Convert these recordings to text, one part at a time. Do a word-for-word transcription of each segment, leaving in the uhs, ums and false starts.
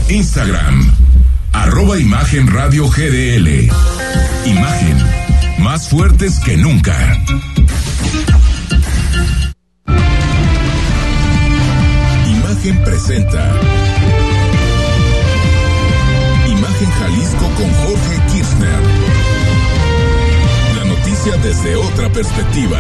Instagram, arroba Imagen Radio G D L. Imagen, más fuertes que nunca. Imagen presenta Imagen Jalisco con Jorge Kirchner. La noticia desde otra perspectiva.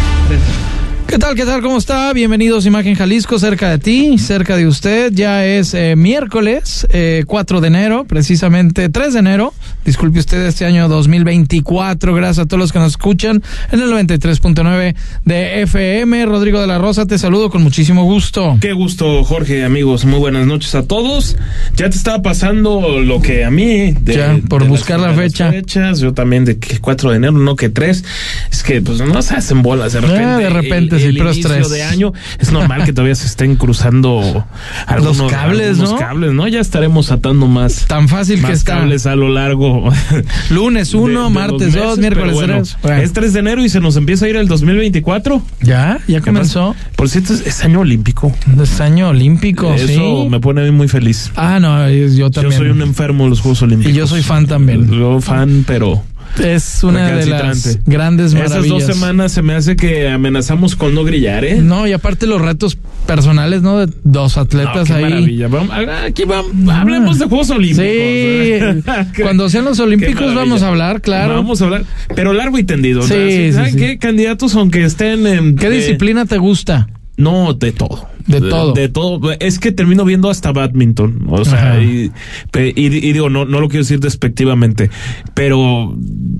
¿Qué tal? ¿Qué tal? ¿Cómo está? Bienvenidos a Imagen Jalisco, cerca de ti, cerca de usted. Ya es eh, miércoles, eh, cuatro de enero, precisamente tres de enero. Disculpe usted, este año dos mil veinticuatro. Gracias a todos los que nos escuchan en el noventa y tres punto nueve de F M. Rodrigo de la Rosa, te saludo con muchísimo gusto. Qué gusto, Jorge, amigos. Muy buenas noches a todos. Ya te estaba pasando lo que a mí... De, ya, por de buscar las, la de fecha. Fechas, yo también de que cuatro de enero, no que tres. Es que pues no se hacen bolas de repente. Ah, de repente, el, sí, el pero es inicio tres. de año es normal que todavía se estén cruzando algunos los cables, algunos ¿no? cables, ¿no? Ya estaremos atando más. Tan fácil más que está. cables a lo largo. Lunes uno, de, de martes meses, dos, miércoles bueno, tres. Bueno. Es tres de enero y se nos empieza a ir el dos mil veinticuatro. Ya, ya comenzó. Por cierto, es, es año olímpico. Es año olímpico, Eso sí. me pone a mí muy feliz. Ah, no, yo también. Yo soy un enfermo de los Juegos Olímpicos. Y yo soy fan también. Yo fan, pero... Es una de las grandes maravillas. Esas dos semanas se me hace que amenazamos con no grillar, ¿eh? No, y aparte los retos personales, ¿no? De dos atletas no, qué ahí. Maravilla. Vamos, aquí vamos, hablemos de Juegos Olímpicos. Sí, ¿eh? Cuando sean los Olímpicos vamos a hablar, claro. Vamos a hablar, pero largo y tendido. Sí, ¿no? ¿Saben sí, qué sí. candidatos, aunque estén en... ¿Qué de, disciplina te gusta? No, de todo. De, de todo. De todo. Es que termino viendo hasta badminton. O sea, y, y, y digo, no, no lo quiero decir despectivamente, pero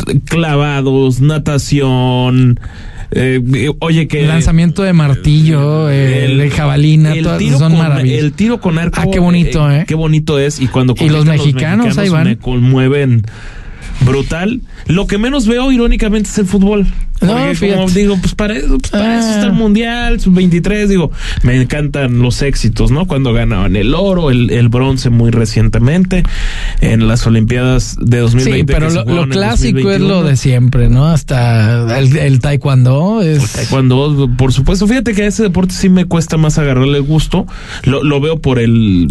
clavados, natación, eh, oye, que... lanzamiento de martillo, el, el jabalina, el todas tiro son con, maravillas. El tiro con arco. Ah, qué bonito, ¿eh? Qué bonito es. Y cuando y los mexicanos, los mexicanos ahí van. me conmueven. Brutal. Lo que menos veo, irónicamente, es el fútbol. Porque No, fíjate. como digo, pues para eso, pues para Ah. eso está el Mundial, sub veintitrés, digo, me encantan los éxitos, ¿no? Cuando ganaban el oro, el, el bronce muy recientemente, en las Olimpiadas de dos mil veinte. Sí, pero lo, lo clásico es lo de siempre, ¿no? Hasta el, el taekwondo es... El taekwondo, por supuesto. Fíjate que a ese deporte sí me cuesta más agarrarle el gusto. Lo, lo veo por el...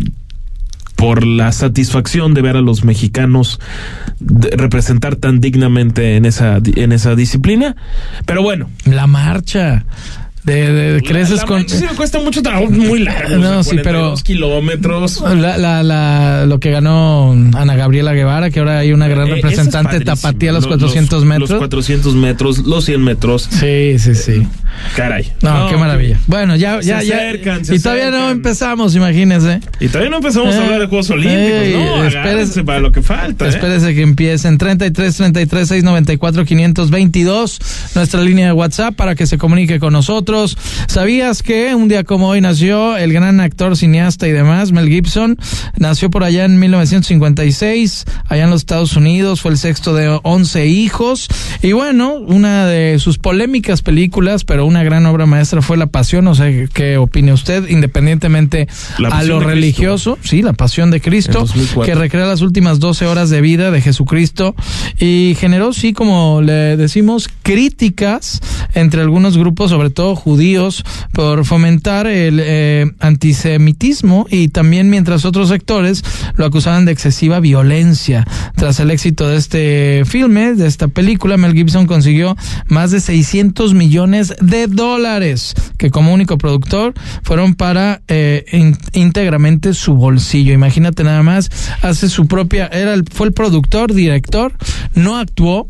por la satisfacción de ver a los mexicanos de representar tan dignamente en esa en esa disciplina, pero bueno, la marcha de, de, de creces la, la con marcha sí me cuesta mucho trabajo, muy largo, no, o sea, sí, pero kilómetros. La, la, la, lo que ganó Ana Gabriela Guevara, que ahora hay una gran Eh, representante tapatía a los, los cuatrocientos metros. Los cuatrocientos metros, los cien metros. Sí, sí, sí. Caray. No, no qué maravilla. Bueno, ya, se ya, acercan, ya. se y todavía acercan. no empezamos, imagínense. Y todavía no empezamos eh, a hablar de Juegos Olímpicos, eh, ¿no? Espérese para lo que falta. Espérese eh. que empiecen. treinta y tres, treinta y tres, seiscientos noventa y cuatro, quinientos veintidós, nuestra línea de WhatsApp para que se comunique con nosotros. ¿Sabías que un día como hoy nació el gran actor, cineasta y demás, Mel Gibson? Nació por allá en mil novecientos cincuenta y seis, allá en los Estados Unidos, fue el sexto de once hijos. Y bueno, una de sus polémicas películas, pero una gran obra maestra fue La Pasión. No sé qué opine usted, independientemente a lo religioso. Sí, La Pasión de Cristo, que recrea las últimas doce horas de vida de Jesucristo y generó, sí, como le decimos, críticas entre algunos grupos, sobre todo judíos, por fomentar el eh, antisemitismo, y también mientras otros sectores lo acusaban de excesiva violencia. Tras el éxito de este filme, de esta película, Mel Gibson consiguió más de seiscientos millones de dólares, que como único productor fueron para eh, in, íntegramente su bolsillo. Imagínate nada más, hace su propia, era el, fue el productor, director, no actuó.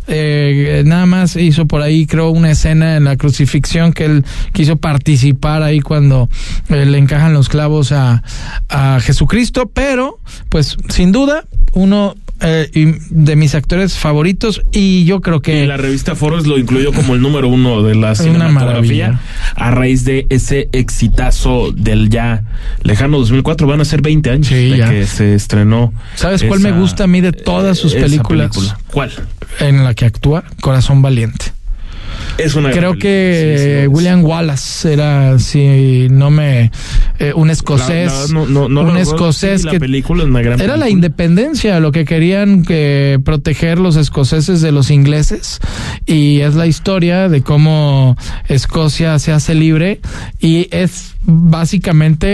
Eh, nada más hizo por ahí, creo, una escena en la crucifixión que él quiso participar ahí cuando eh, le encajan los clavos a, a Jesucristo, pero pues sin duda uno eh, de mis actores favoritos, y yo creo que... Y la revista Forbes lo incluyó como el número uno de la cinematografía a raíz de ese exitazo del ya lejano dos mil cuatro. Van a ser veinte años sí, de ya. que se estrenó. ¿Sabes esa, cuál me gusta a mí de todas sus películas? Película. ¿Cuál? En la que actúa, Corazón Valiente. Es una Creo gran que sí, sí, William Wallace era, si no me, eh, un escocés, la, la, no, no, no, un no, escocés sí, que la película es una gran era película. La independencia, lo que querían que proteger los escoceses de los ingleses, y es la historia de cómo Escocia se hace libre, y es básicamente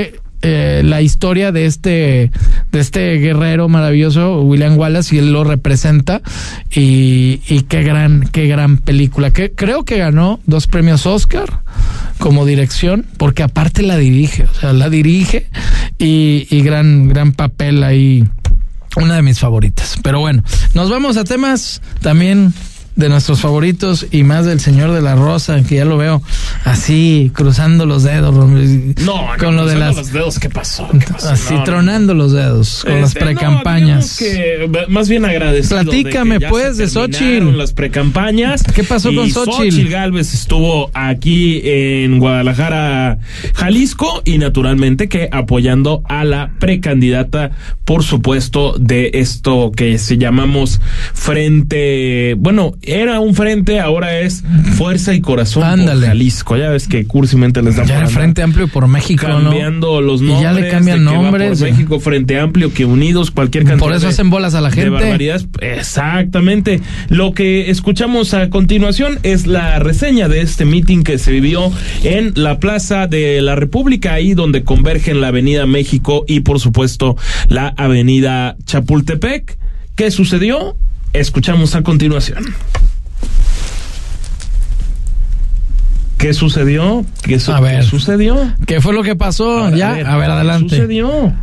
eh, la historia de este de este guerrero maravilloso, William Wallace, y él lo representa. Y, y qué gran, qué gran película. Que creo que ganó dos premios Oscar como dirección, porque aparte la dirige, o sea, la dirige y, y gran, gran papel ahí. Una de mis favoritas. Pero bueno, nos vamos a temas también de nuestros favoritos y más del Señor de la Rosa, que ya lo veo así cruzando los dedos. No, con no, lo de las los dedos, ¿qué pasó? ¿Qué pasó? Así no, tronando no. los dedos con este, las precampañas. No, que más bien agradecido. Platícame de que ya pues se de Xochitl. Las precampañas. ¿Qué pasó y con Xochitl? Xochitl Gálvez estuvo aquí en Guadalajara, Jalisco, y naturalmente que apoyando a la precandidata, por supuesto, de esto que se llamamos Frente, bueno, era un frente, ahora es Fuerza y Corazón Ándale. por Jalisco. Ya ves que cursimente les da Ya por el Frente Amplio por México, cambiando ¿no? los Y nombres. ya le cambian de que va nombres. por México, Frente Amplio, que unidos, cualquier cantidad. Por eso de, hacen bolas a la de gente. barbaridades. Exactamente. Lo que escuchamos a continuación es la reseña de este meeting que se vivió en la Plaza de la República, ahí donde convergen la Avenida México y, por supuesto, la Avenida Chapultepec. ¿Qué sucedió? Escuchamos a continuación. ¿Qué sucedió? ¿Qué, su- A ver. ¿Qué sucedió? ¿Qué fue lo que pasó? A ver, ya, a ver, a ver, adelante. ¿Qué sucedió?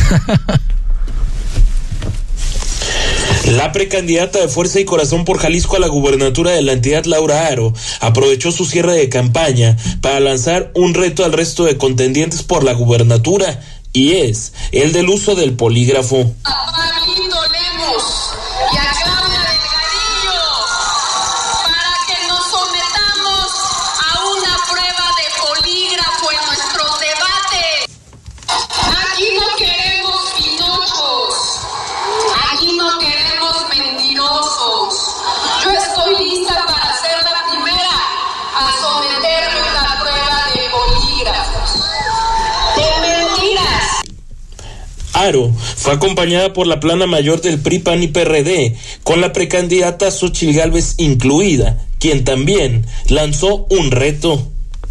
La precandidata de Fuerza y Corazón por Jalisco a la gubernatura de la entidad, Laura Aro, aprovechó su cierre de campaña para lanzar un reto al resto de contendientes por la gubernatura, y es el del uso del polígrafo. A Pablito Lemos y a Claudia Delgadillo para que nos sometamos a una prueba de polígrafo en nuestros debates. Aquí no queremos pinochos, aquí no queremos mentirosos. Yo estoy lista para ser la primera a someterme a una prueba de polígrafos. De mentiras. Aro fue acompañada por la plana mayor del P R I, P A N y P R D, con la precandidata Xochitl Gálvez incluida, quien también lanzó un reto.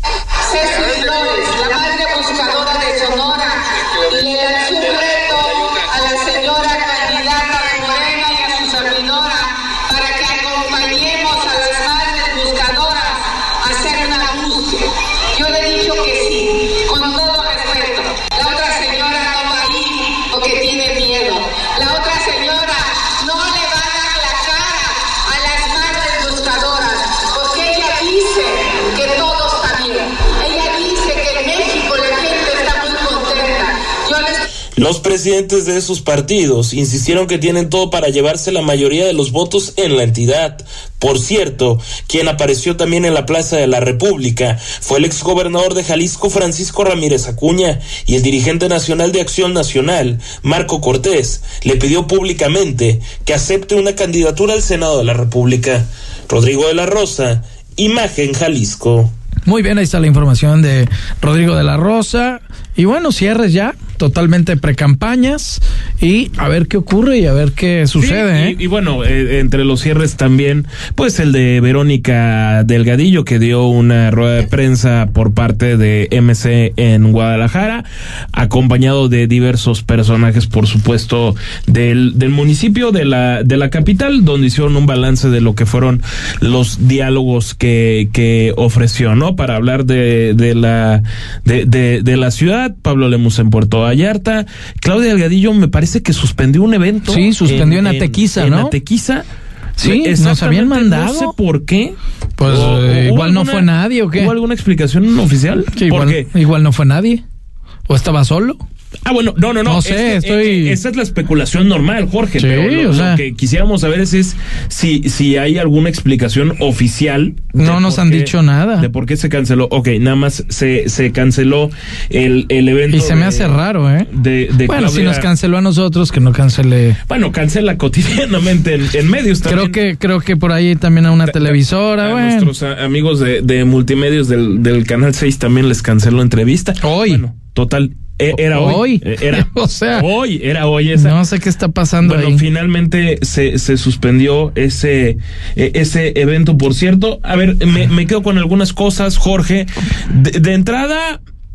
Servidores, la madre buscadora de Sonora, y le lanzó un reto a la señora candidata de Morena y a su servidora para que acompañemos a las madres buscadoras a hacer una búsqueda. Yo le he dicho que sí, con todo respeto. La otra señora no va a ir porque tiene miedo. La otra señora no le va a dar la cara a las madres buscadoras porque ella dice que todo está bien. Ella dice que en México la gente está muy contenta. Yo les... Los presidentes de esos partidos insistieron que tienen todo para llevarse la mayoría de los votos en la entidad. Por cierto, quien apareció también en la Plaza de la República fue el exgobernador de Jalisco, Francisco Ramírez Acuña, y el dirigente nacional de Acción Nacional, Marco Cortés, le pidió públicamente que acepte una candidatura al Senado de la República. Rodrigo de la Rosa, Imagen Jalisco. Muy bien, ahí está la información de Rodrigo de la Rosa. Y bueno, cierres ya, totalmente precampañas, y a ver qué ocurre y a ver qué sucede. Sí, ¿eh? y, y bueno, eh, entre los cierres también, pues el de Verónica Delgadillo, que dio una rueda de prensa por parte de M C en Guadalajara, acompañado de diversos personajes, por supuesto, del, del municipio, de la, de la capital, donde hicieron un balance de lo que fueron los diálogos que, que ofreció, ¿no? Para hablar de, de la, de, de, de la ciudad. Pablo Lemus en Puerto Vallarta. Claudia Delgadillo me parece que suspendió un evento. Sí, suspendió en Atequiza, ¿no? En Atequiza. Sí, nos habían mandado. No sé por qué. Pues O- eh, ¿hubo igual no alguna- fue nadie, ¿o qué? ¿Hubo alguna explicación oficial? Sí, igual, Porque igual no fue nadie. ¿O estaba solo? Ah, bueno, no, no, no. No es sé, que, estoy- eh, esa es la especulación normal, Jorge. Sí, pero lo, o sea. lo que quisiéramos saber es, es si, si hay alguna explicación oficial. de No nos por han qué- dicho nada. De por qué se canceló. Ok, nada más se, se canceló el, el evento. Y se me de- hace raro, ¿eh? De, de Bueno, si Claudia- nos canceló a nosotros, que no cancele. Bueno, cancela cotidianamente en, en medios también. Creo que creo que por ahí también a una televisora, A bueno. nuestros a- amigos de, de multimedios del, del Canal seis también les canceló entrevista. Hoy. Bueno, total. e- Era hoy. Hoy. Eh, Era O sea, hoy, era hoy esa. No sé qué está pasando Bueno, ahí. finalmente se, se suspendió ese, eh, ese evento, por cierto. A ver, me, me quedo con algunas cosas, Jorge. De, de entrada,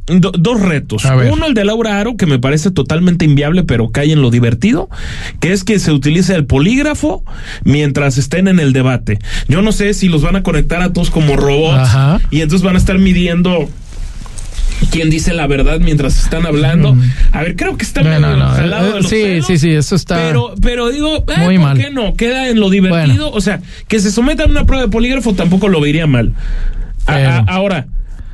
do, dos retos. Uno, el de Laura Aro, que me parece totalmente inviable, pero cae en lo divertido, que es que se utilice el polígrafo mientras estén en el debate. Yo no sé si los van a conectar a todos como robots. Ajá. Y entonces van a estar midiendo quién dice la verdad mientras están hablando. A ver, creo que está no, no, no. al lado de los sí, celos, sí, sí, eso está. Pero, pero digo, eh, muy ¿por mal. qué no? Queda en lo divertido. Bueno. O sea, que se sometan a una prueba de polígrafo tampoco lo vería mal. A, a, ahora,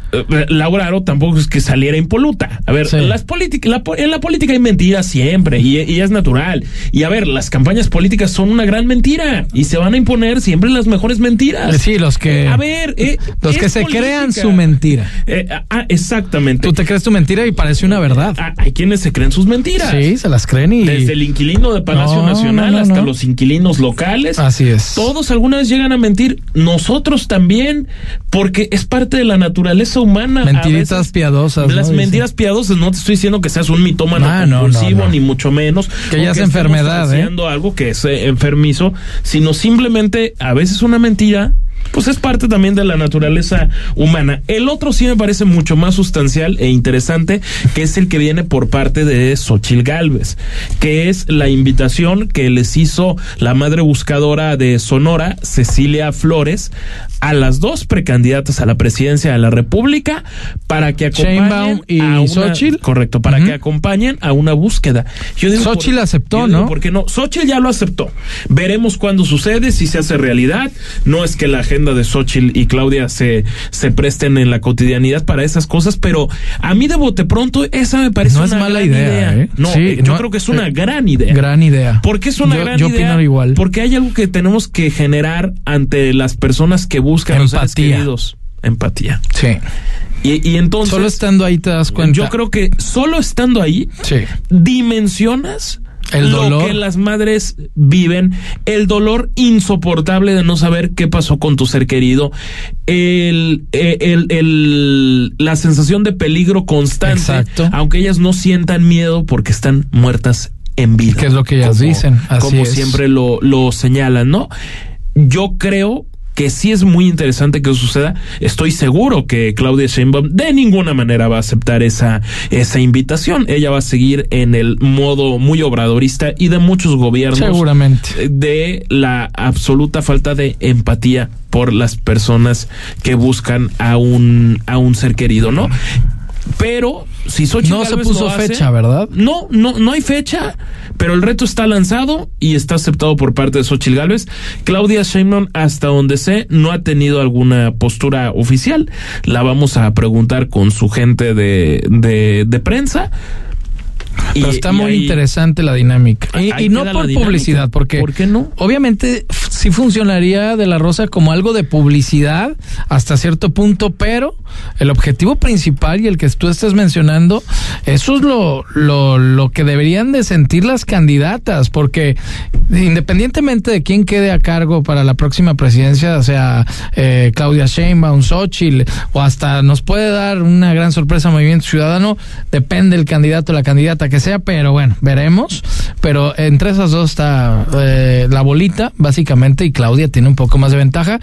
Laura Aro tampoco es que saliera impoluta. A ver, sí. las políticas, la, en la política hay mentiras siempre y, y es natural. Y a ver, las campañas políticas son una gran mentira y se van a imponer siempre las mejores mentiras. Sí, los que. Eh, a ver, eh, los que se política. crean su mentira. Eh, ah, exactamente. Tú te crees tu mentira y parece una verdad. Ah, hay quienes se creen sus mentiras. Sí, se las creen y. Desde el inquilino de Palacio no, Nacional no, no, hasta no. los inquilinos locales. Así es. Todos alguna vez llegan a mentir. Nosotros también, porque es parte de la naturaleza humana. Mentiritas veces, piadosas. Las ¿no? mentiras Dice. piadosas, no te estoy diciendo que seas un mitómano ah, compulsivo, no, no, no. ni mucho menos. Que ya es enfermedad, haciendo ¿eh? algo que es eh, enfermizo, sino simplemente a veces una mentira. Pues es parte también de la naturaleza humana. El otro sí me parece mucho más sustancial e interesante, que es el que viene por parte de Xóchitl Gálvez, que es la invitación que les hizo la madre buscadora de Sonora, Cecilia Flores, a las dos precandidatas a la presidencia de la República para que acompañen y a una, Xóchitl. Correcto, para uh-huh. que acompañen a una búsqueda. Yo digo, Xóchitl por, aceptó, yo ¿no? Digo, ¿por qué no? Xóchitl ya lo aceptó. Veremos cuándo sucede, si se hace realidad. No es que la agenda de Xóchitl y Claudia se, se presten en la cotidianidad para esas cosas, pero a mí de bote pronto esa me parece no una es mala gran idea. idea. ¿eh? No, sí, eh, yo no, creo que es una eh, gran idea. Gran idea. ¿Por qué es una yo, gran yo idea? Yo opino igual. Porque hay algo que tenemos que generar ante las personas que buscan empatía. Los seres queridos. Empatía. Sí. Y, y entonces... Solo estando ahí te das cuenta. Yo creo que solo estando ahí, sí. dimensionas el lo dolor que las madres viven, el dolor insoportable de no saber qué pasó con tu ser querido, el, el, el, el la sensación de peligro constante, exacto. aunque ellas no sientan miedo porque están muertas en vida. Que es lo que ellas como, dicen. Así como es. siempre lo, lo señalan, ¿no? Yo creo que sí es muy interesante que suceda. Estoy seguro que Claudia Sheinbaum de ninguna manera va a aceptar esa esa invitación. Ella va a seguir en el modo muy obradorista y de muchos gobiernos. Seguramente. De la absoluta falta de empatía por las personas que buscan a un a un ser querido, ¿no? Pero si Xóchitl no Gálvez se puso lo hace, fecha, ¿verdad? No, no, no hay fecha, pero el reto está lanzado y está aceptado por parte de Xóchitl Gálvez. Claudia Sheinbaum, hasta donde sé, no ha tenido alguna postura oficial. La vamos a preguntar con su gente de, de, de prensa. Pero y, está y muy ahí, interesante la dinámica. Y, y no por publicidad, porque ¿por qué no? Obviamente sí funcionaría de la Rosa como algo de publicidad hasta cierto punto, pero el objetivo principal y el que tú estás mencionando, eso es lo, lo, lo que deberían de sentir las candidatas, porque independientemente de quién quede a cargo para la próxima presidencia, o sea, eh, Claudia Sheinbaum, Xóchitl, o hasta nos puede dar una gran sorpresa Movimiento Ciudadano, depende del candidato o la candidata que sea, pero bueno, veremos. Pero entre esas dos está eh, la bolita, básicamente, y Claudia tiene un poco más de ventaja.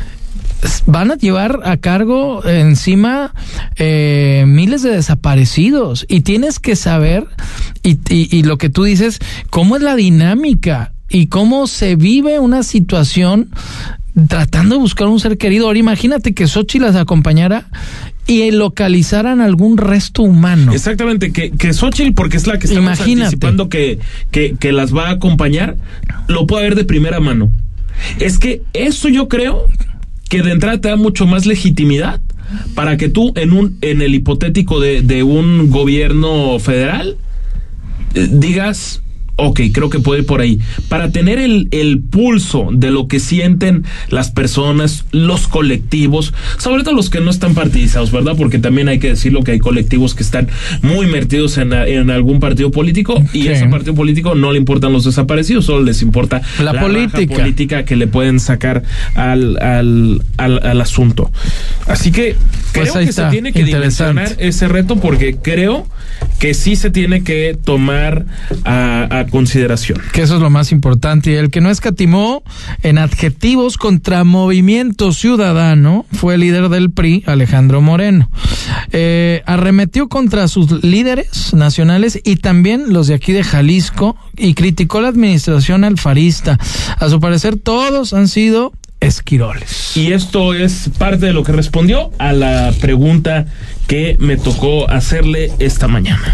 Van a llevar a cargo eh, encima eh, miles de desaparecidos y tienes que saber, y, y, y lo que tú dices, cómo es la dinámica y cómo se vive una situación tratando de buscar un ser querido. Ahora imagínate que Xóchitl las acompañara y localizaran algún resto humano. Exactamente, que, que Xóchitl, porque es la que estamos Imagínate. anticipando que, que, que las va a acompañar, lo puede ver de primera mano. Es que eso yo creo que de entrada te da mucho más legitimidad para que tú en un en el hipotético de, de un gobierno federal eh, digas... Ok, creo que puede ir por ahí. Para tener el, el pulso de lo que sienten las personas, los colectivos, sobre todo los que no están partidizados, ¿verdad? Porque también hay que decirlo que hay colectivos que están muy metidos en, en algún partido político y sí. A ese partido político no le importan los desaparecidos, solo les importa la, la política. política que le pueden sacar al, al, al, al asunto. Así que creo pues que está. se tiene que dimensionar ese reto porque creo que sí se tiene que tomar a, a consideración. Que eso es lo más importante. Y el que no escatimó en adjetivos contra Movimiento Ciudadano fue el líder del P R I, Alejandro Moreno. Eh, arremetió contra sus líderes nacionales y también los de aquí de Jalisco y criticó la administración alfarista. A su parecer, todos han sido esquiroles. Y esto es parte de lo que respondió a la pregunta que me tocó hacerle esta mañana.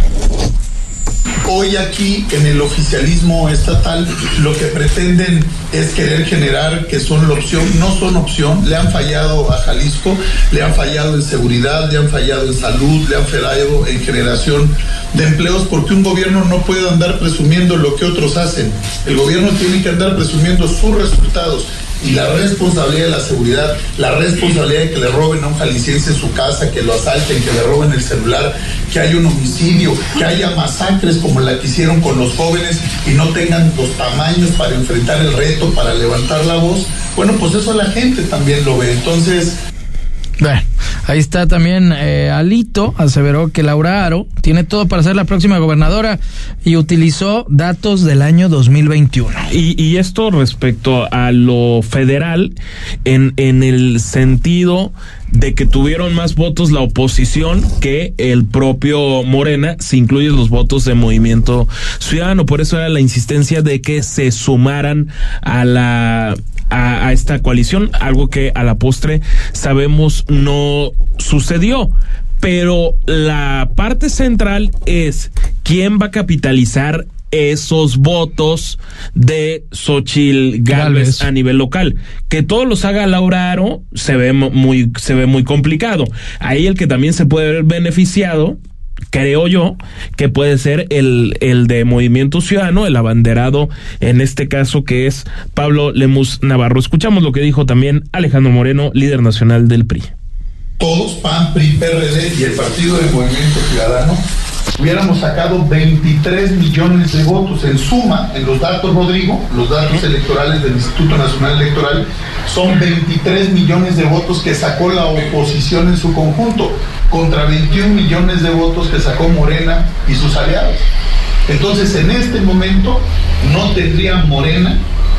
Hoy aquí en el oficialismo estatal lo que pretenden es querer generar que son la opción, no son opción, le han fallado a Jalisco, le han fallado en seguridad, le han fallado en salud, le han fallado en generación de empleos, porque un gobierno no puede andar presumiendo lo que otros hacen, el gobierno tiene que andar presumiendo sus resultados. Y la responsabilidad de la seguridad, la responsabilidad de que le roben a un jalisciense su casa, que lo asalten, que le roben el celular, que haya un homicidio, que haya masacres como la que hicieron con los jóvenes y no tengan los tamaños para enfrentar el reto, para levantar la voz. Bueno, pues eso la gente también lo ve. Entonces... Bueno, ahí está también eh, Alito, aseveró que Laura Aro tiene todo para ser la próxima gobernadora y utilizó datos del año dos mil veintiuno. Y, y esto respecto a lo federal, en, en el sentido de que tuvieron más votos la oposición que el propio Morena, si incluyes los votos de Movimiento Ciudadano. Por eso era la insistencia de que se sumaran a la... A, a esta coalición, algo que a la postre sabemos no sucedió. Pero la parte central es quién va a capitalizar esos votos de Xóchitl Gálvez a nivel local. Que todos los haga Laura Aro se ve muy, se ve muy complicado. Ahí el que también se puede ver beneficiado, creo yo, que puede ser el, el de Movimiento Ciudadano, el abanderado en este caso, que es Pablo Lemus Navarro. Escuchamos lo que dijo también Alejandro Moreno, líder nacional del P R I. Todos, P A N, P R I, P R D y el Partido de Movimiento Ciudadano hubiéramos sacado veintitrés millones de votos. En suma, en los datos, Rodrigo, los datos electorales del Instituto Nacional Electoral, son veintitrés millones de votos que sacó la oposición en su conjunto, contra veintiún millones de votos que sacó Morena y sus aliados. Entonces, en este momento, no tendría Morena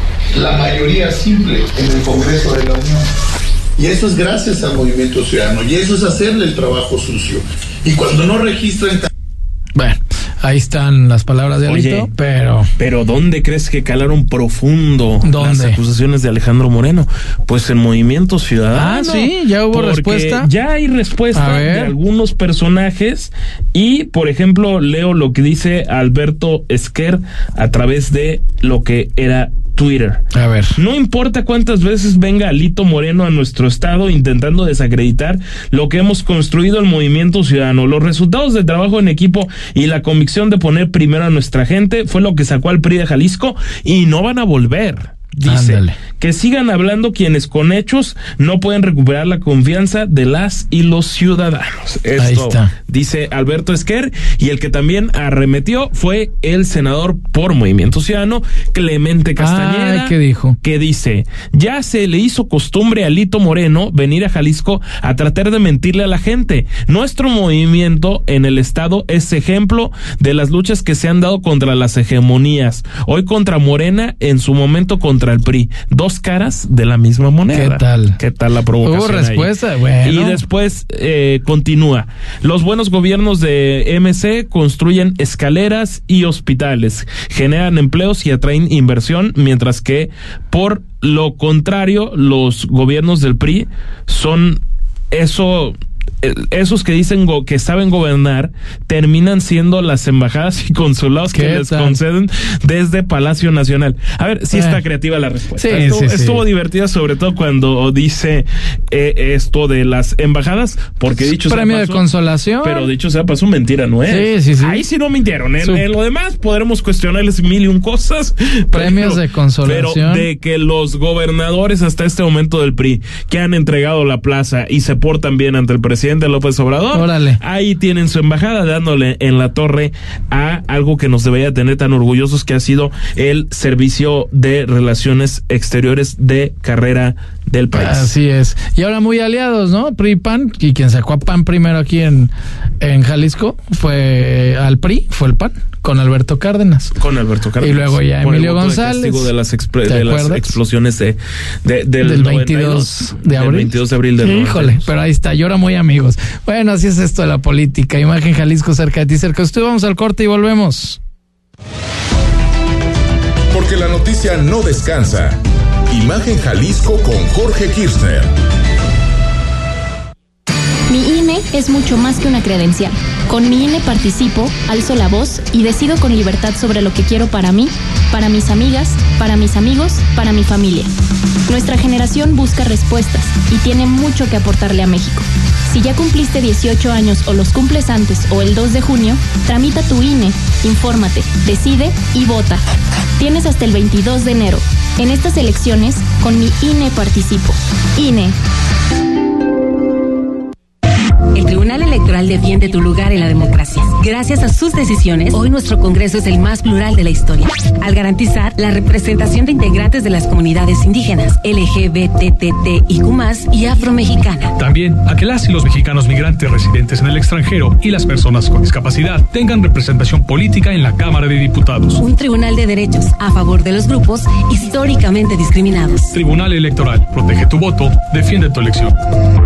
la mayoría simple en el Congreso de la Unión. Y eso es gracias al Movimiento Ciudadano, y eso es hacerle el trabajo sucio. Y cuando no registran... Bueno, ahí están las palabras de Alito, Oye, pero... Pero ¿dónde crees que calaron profundo ¿Dónde? las acusaciones de Alejandro Moreno? Pues en Movimiento Ciudadano. Ah, sí, ya hubo respuesta. Ya hay respuesta de algunos personajes y, por ejemplo, leo lo que dice Alberto Esquer a través de lo que era Twitter. A ver. No importa cuántas veces venga Alito Moreno a nuestro estado intentando desacreditar lo que hemos construido el Movimiento Ciudadano. Los resultados de trabajo en equipo y la convicción de poner primero a nuestra gente fue lo que sacó al P R I de Jalisco y no van a volver. Dice, Ándale. que sigan hablando quienes con hechos no pueden recuperar la confianza de las y los ciudadanos. Esto Ahí está. Dice Alberto Esquer, y el que también arremetió fue el senador por Movimiento Ciudadano, Clemente Castañeda. Ay, ¿qué dijo? Que dice, ya se le hizo costumbre a Alito Moreno venir a Jalisco a tratar de mentirle a la gente. Nuestro movimiento en el estado es ejemplo de las luchas que se han dado contra las hegemonías. Hoy contra Morena, en su momento contra el P R I. Dos caras de la misma moneda. ¿Qué tal? ¿Qué tal la provocación? Hubo respuesta, ahí? bueno. Y después eh, continúa. Los buenos gobiernos de M C construyen escaleras y hospitales, generan empleos y atraen inversión, mientras que por lo contrario, los gobiernos del P R I son eso... esos que dicen go, que saben gobernar terminan siendo las embajadas y consulados que les tal? conceden desde Palacio Nacional. A ver, sí eh. está creativa la respuesta. Sí, estuvo, sí, estuvo sí. divertida, sobre todo cuando dice eh, esto de las embajadas, porque dicho sea premio paso, de consolación. Pero dicho sea paso, mentira no es. Sí, sí, sí. Ahí sí no mintieron. En, en lo demás podremos cuestionarles mil y un cosas. Premios pero, de consolación. Pero de que los gobernadores hasta este momento del P R I que han entregado la plaza y se portan bien ante el presidente presidente López Obrador. Órale. Ahí tienen su embajada dándole en la torre a algo que nos debería tener tan orgullosos, que ha sido el Servicio de Relaciones Exteriores de carrera del país. Así es. Y ahora muy aliados, ¿no? P R I, P A N, y quien sacó a P A N primero aquí en, en Jalisco fue al P R I, fue el P A N, con Alberto Cárdenas. Con Alberto Cárdenas. Y luego ya por Emilio el voto González. De castigo de las, expre- de las explosiones de, de, del, del veintidós de abril. Del veintidós de abril del sí, híjole, pero ahí está, y ahora muy amigos. Bueno, así es esto de la política. Imagen Jalisco, cerca de ti, cerca de usted. Vamos al corte y volvemos. Porque la noticia no descansa. Imagen Jalisco con Jorge Kirchner. Mi I N E es mucho más que una credencial. Con mi I N E participo, alzo la voz y decido con libertad sobre lo que quiero para mí, para mis amigas, para mis amigos, para mi familia. Nuestra generación busca respuestas y tiene mucho que aportarle a México. Si ya cumpliste dieciocho años o los cumples antes o el dos de junio, tramita tu I N E, infórmate, decide y vota. Tienes hasta el veintidós de enero. En estas elecciones, con mi I N E participo. I N E. El Tribunal Electoral defiende tu lugar en la democracia. Gracias a sus decisiones, hoy nuestro Congreso es el más plural de la historia, al garantizar la representación de integrantes de las comunidades indígenas, L G B T T I Q más, y afromexicana. También a que las y los mexicanos migrantes residentes en el extranjero y las personas con discapacidad tengan representación política en la Cámara de Diputados. Un tribunal de derechos a favor de los grupos históricamente discriminados. Tribunal Electoral, protege tu voto, defiende tu elección.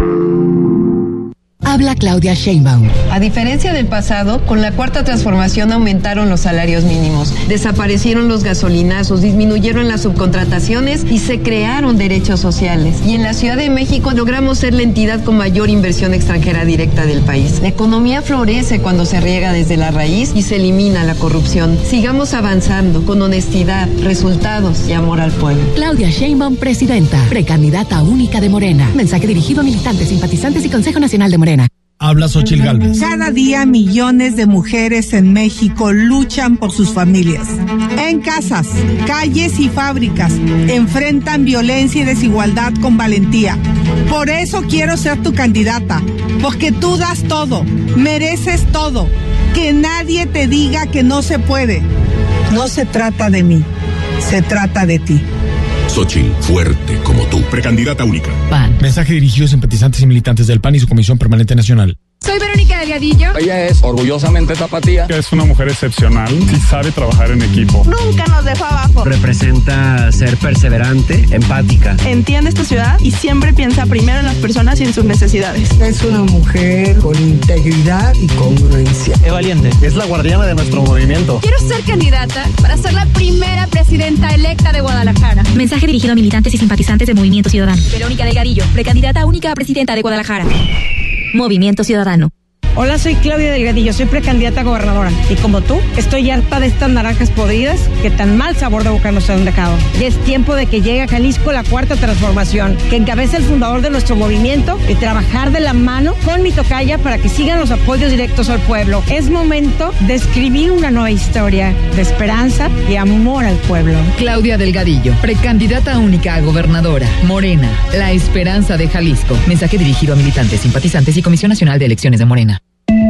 Habla Claudia Sheinbaum. A diferencia del pasado, con la cuarta transformación aumentaron los salarios mínimos, desaparecieron los gasolinazos, disminuyeron las subcontrataciones y se crearon derechos sociales. Y en la Ciudad de México logramos ser la entidad con mayor inversión extranjera directa del país. La economía florece cuando se riega desde la raíz y se elimina la corrupción. Sigamos avanzando con honestidad, resultados y amor al pueblo. Claudia Sheinbaum, presidenta, precandidata única de Morena. Mensaje dirigido a militantes, simpatizantes y Consejo Nacional de Morena. Habla Xóchitl Gálvez. Cada día millones de mujeres en México luchan por sus familias. En casas, calles y fábricas enfrentan violencia y desigualdad con valentía. Por eso quiero ser tu candidata, porque tú das todo, mereces todo. Que nadie te diga que no se puede. No se trata de mí, se trata de ti. Xóchitl, fuerte como tú. Precandidata única. P A N. Mensaje dirigido a simpatizantes y militantes del P A N y su Comisión Permanente Nacional. Soy Verónica Delgadillo. Ella es orgullosamente tapatía. Es una mujer excepcional y sabe trabajar en equipo. Nunca nos dejó abajo. Representa ser perseverante, empática. Entiende esta ciudad y siempre piensa primero en las personas y en sus necesidades. Es una mujer con integridad y congruencia. Es valiente. Es la guardiana de nuestro movimiento. Quiero ser candidata para ser la primera presidenta electa de Guadalajara. Mensaje dirigido a militantes y simpatizantes de Movimiento Ciudadano. Verónica Delgadillo, precandidata única a presidenta de Guadalajara. Movimiento Ciudadano. Hola, soy Claudia Delgadillo, soy precandidata a gobernadora. Y como tú, estoy harta de estas naranjas podridas que tan mal sabor de boca nos han dejado. Ya es tiempo de que llegue a Jalisco la cuarta transformación, que encabeza el fundador de nuestro movimiento, y trabajar de la mano con mi tocaya para que sigan los apoyos directos al pueblo. Es momento de escribir una nueva historia de esperanza y amor al pueblo. Claudia Delgadillo, precandidata única a gobernadora. Morena, la esperanza de Jalisco. Mensaje dirigido a militantes, simpatizantes y Comisión Nacional de Elecciones de Morena.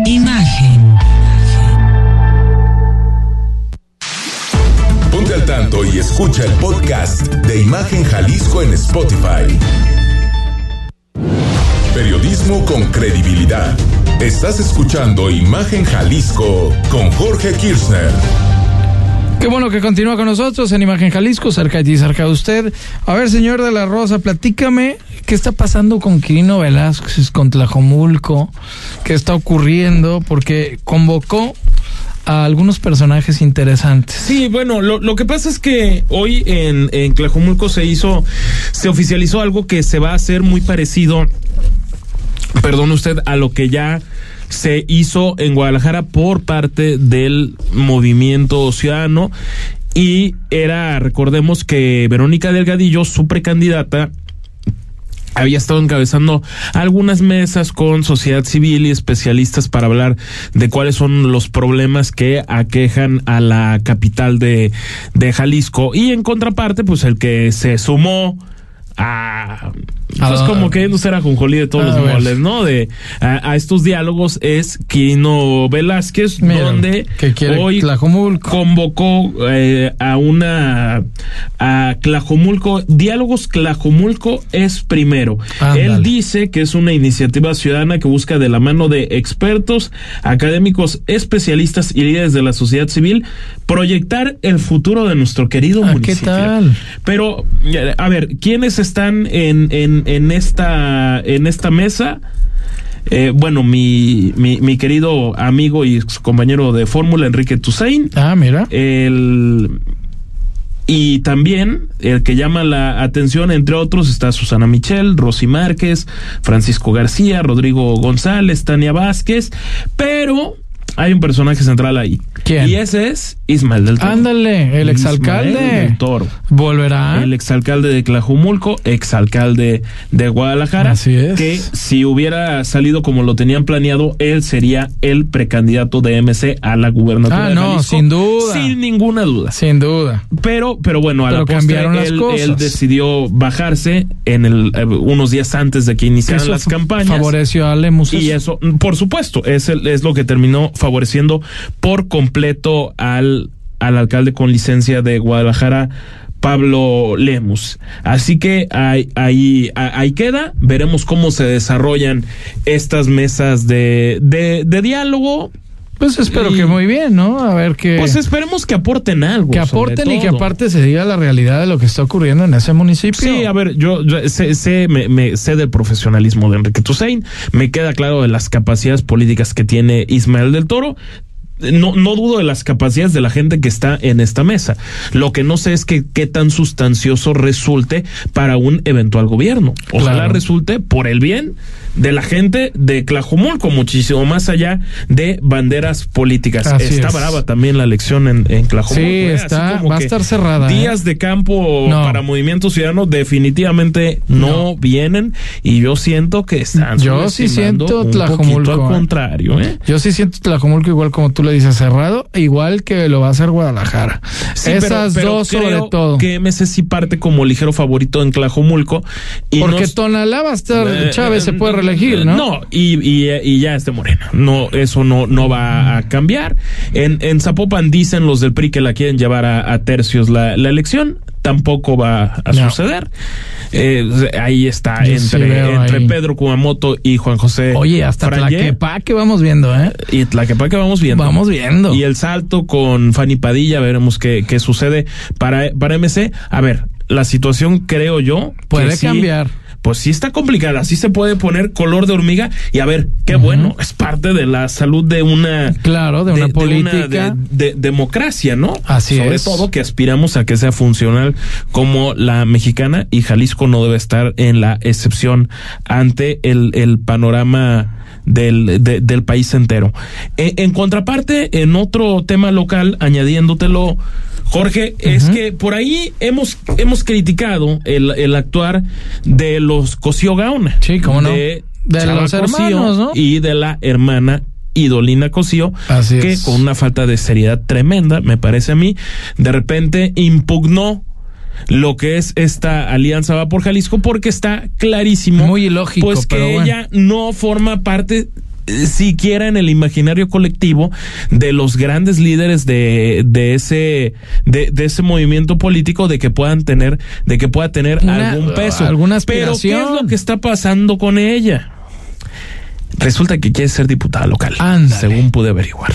Imagen. Ponte al tanto y escucha el podcast de Imagen Jalisco en Spotify. Periodismo con credibilidad. Estás escuchando Imagen Jalisco con Jorge Kirchner. Qué bueno que continúa con nosotros en Imagen Jalisco, cerca de ti, cerca de usted. A ver, señor de la Rosa, platícame qué está pasando con Quirino Velázquez, con Tlajomulco, qué está ocurriendo, porque convocó a algunos personajes interesantes. Sí, bueno, lo, lo que pasa es que hoy en, en Tlajomulco se hizo, se oficializó algo que se va a hacer muy parecido, perdón usted, a lo que ya se hizo en Guadalajara por parte del Movimiento Ciudadano, y era, recordemos que Verónica Delgadillo, su precandidata, había estado encabezando algunas mesas con sociedad civil y especialistas para hablar de cuáles son los problemas que aquejan a la capital de, de Jalisco. Y en contraparte, pues el que se sumó a pues como queriendo ser ajonjolí de todos los moles, ¿no? De a, a estos diálogos es Quirino Velázquez, Mira, donde que hoy Tlajomulco. convocó eh, a una a Tlajomulco, diálogos Tlajomulco es primero. Ándale. Él dice que es una iniciativa ciudadana que busca de la mano de expertos, académicos, especialistas y líderes de la sociedad civil proyectar el futuro de nuestro querido ¿Ah, municipio. ¿Qué tal? Pero a ver, ¿quiénes están en en en esta en esta mesa? Eh, bueno, mi, mi mi querido amigo y compañero de fórmula, Enrique Toussaint. Ah, mira. El Y también el que llama la atención, entre otros, está Susana Michel, Rosy Márquez, Francisco García, Rodrigo González, Tania Vázquez, pero hay un personaje central ahí. ¿Quién? Y ese es Ismael del Toro. Ándale, el exalcalde. Ismael del Toro. ¿Volverá? El exalcalde de Tlajomulco, exalcalde de Guadalajara. Así es. Que si hubiera salido como lo tenían planeado, él sería el precandidato de M C a la gubernatura ah, de no, Jalisco. sin duda. Sin ninguna duda. Sin duda. Pero, pero bueno, a pero la postre, él, él decidió bajarse en el eh, unos días antes de que iniciaran las campañas. Favoreció a Lemus. Y eso, por supuesto, es, el, es lo que terminó favoreciendo por completo al, al alcalde con licencia de Guadalajara, Pablo Lemus. Así que ahí, ahí, ahí queda. Veremos cómo se desarrollan estas mesas de, de, de diálogo. Pues espero y, que muy bien, ¿no? A ver que... Pues esperemos que aporten algo. Que aporten y que aparte se diga la realidad de lo que está ocurriendo en ese municipio. Sí, a ver, yo, yo sé, sé, me, me, sé del profesionalismo de Enrique Toussaint, me queda claro de las capacidades políticas que tiene Ismael del Toro. No, no dudo de las capacidades de la gente que está en esta mesa. Lo que no sé es que qué tan sustancioso resulte para un eventual gobierno. Ojalá claro. resulte por el bien de la gente de Tlajomulco, muchísimo más allá de banderas políticas. Así está es. brava también la elección en, en Tlajomulco. Sí, ¿eh? está, va a estar cerrada. Días ¿eh? de campo no. para Movimiento Ciudadano definitivamente no, no vienen, y yo siento que están yo sí siento un Tlajomulco al contrario. ¿eh? Yo sí siento Tlajomulco igual como tú le dices, cerrado, igual que lo va a hacer Guadalajara. Sí, Esas pero, pero dos sobre todo. Que M C sí parte como ligero favorito en Tlajomulco. Y porque nos, Tonalá va a estar, eh, Chávez se puede reelegir, ¿no? No, y, y, y ya es de Morena. No, eso no, no va a cambiar. En, en Zapopan dicen los del P R I que la quieren llevar a, a tercios la, la elección. Tampoco va a no. suceder. Eh, ahí está, Yo entre, sí entre ahí. Pedro Kumamoto y Juan José. Oye, hasta Frangé. Tlaquepaque vamos viendo, ¿eh? Y Tlaquepaque vamos viendo. Vamos viendo. Y el salto con Fanny Padilla, veremos qué, qué sucede para, para M C. A ver, la situación creo yo puede que cambiar. Sí, pues sí está complicada, sí se puede poner color de hormiga, y a ver, qué uh-huh. bueno, es parte de la salud de una claro, de, de una política de, una, de, de democracia, ¿no? Así Sobre es. todo que aspiramos a que sea funcional como la mexicana, y Jalisco no debe estar en la excepción ante el, el panorama del, de, del país entero. Eh, en contraparte, en otro tema local, añadiéndotelo, Jorge, uh-huh. es que por ahí hemos hemos criticado el, el actuar de los Cosío Gaona. Sí, cómo no. De, de los hermanos, ¿no? Y de la hermana Idolina Cosío, Así que es. con una falta de seriedad tremenda, me parece a mí, de repente impugnó lo que es esta alianza Va por Jalisco, porque está clarísimo, muy ilógico, pues que pero bueno. ella no forma parte siquiera en el imaginario colectivo de los grandes líderes de, de ese de, de ese movimiento político, de que puedan tener de que pueda tener Una, algún peso, alguna aspiración. Pero ¿qué es lo que está pasando con ella? Resulta que quiere ser diputada local. Ándale. Según pude averiguar.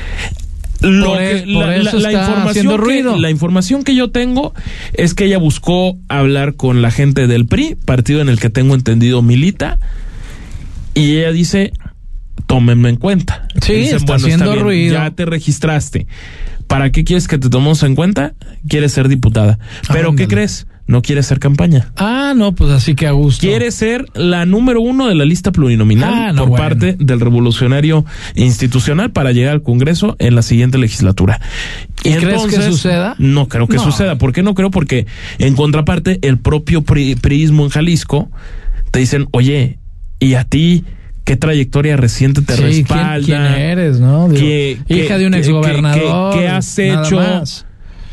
Lo por que, el, por la, eso la, la está información haciendo que, ruido. La información que yo tengo es que ella buscó hablar con la gente del P R I, partido en el que tengo entendido milita, y ella dice: tómenme en cuenta. Sí, dicen, está bueno, haciendo está bien, ruido. Ya te registraste. ¿Para qué quieres que te tomemos en cuenta? Quieres ser diputada. ¿Pero Ándale. qué crees? No quiere hacer campaña. Ah, no, pues así que a gusto. Quiere ser la número uno de la lista plurinominal ah, no, por bueno. parte del Revolucionario Institucional para llegar al Congreso en la siguiente legislatura. ¿Y, ¿Y crees que suceda? No creo que no. suceda. ¿Por qué no creo? Porque en contraparte, el propio pri, priismo en Jalisco te dicen: oye, ¿y a ti qué trayectoria reciente te sí, respalda? ¿quién, quién eres, no? Digo, ¿Qué, hija qué, de un exgobernador. ¿Qué, qué, qué has hecho? Más.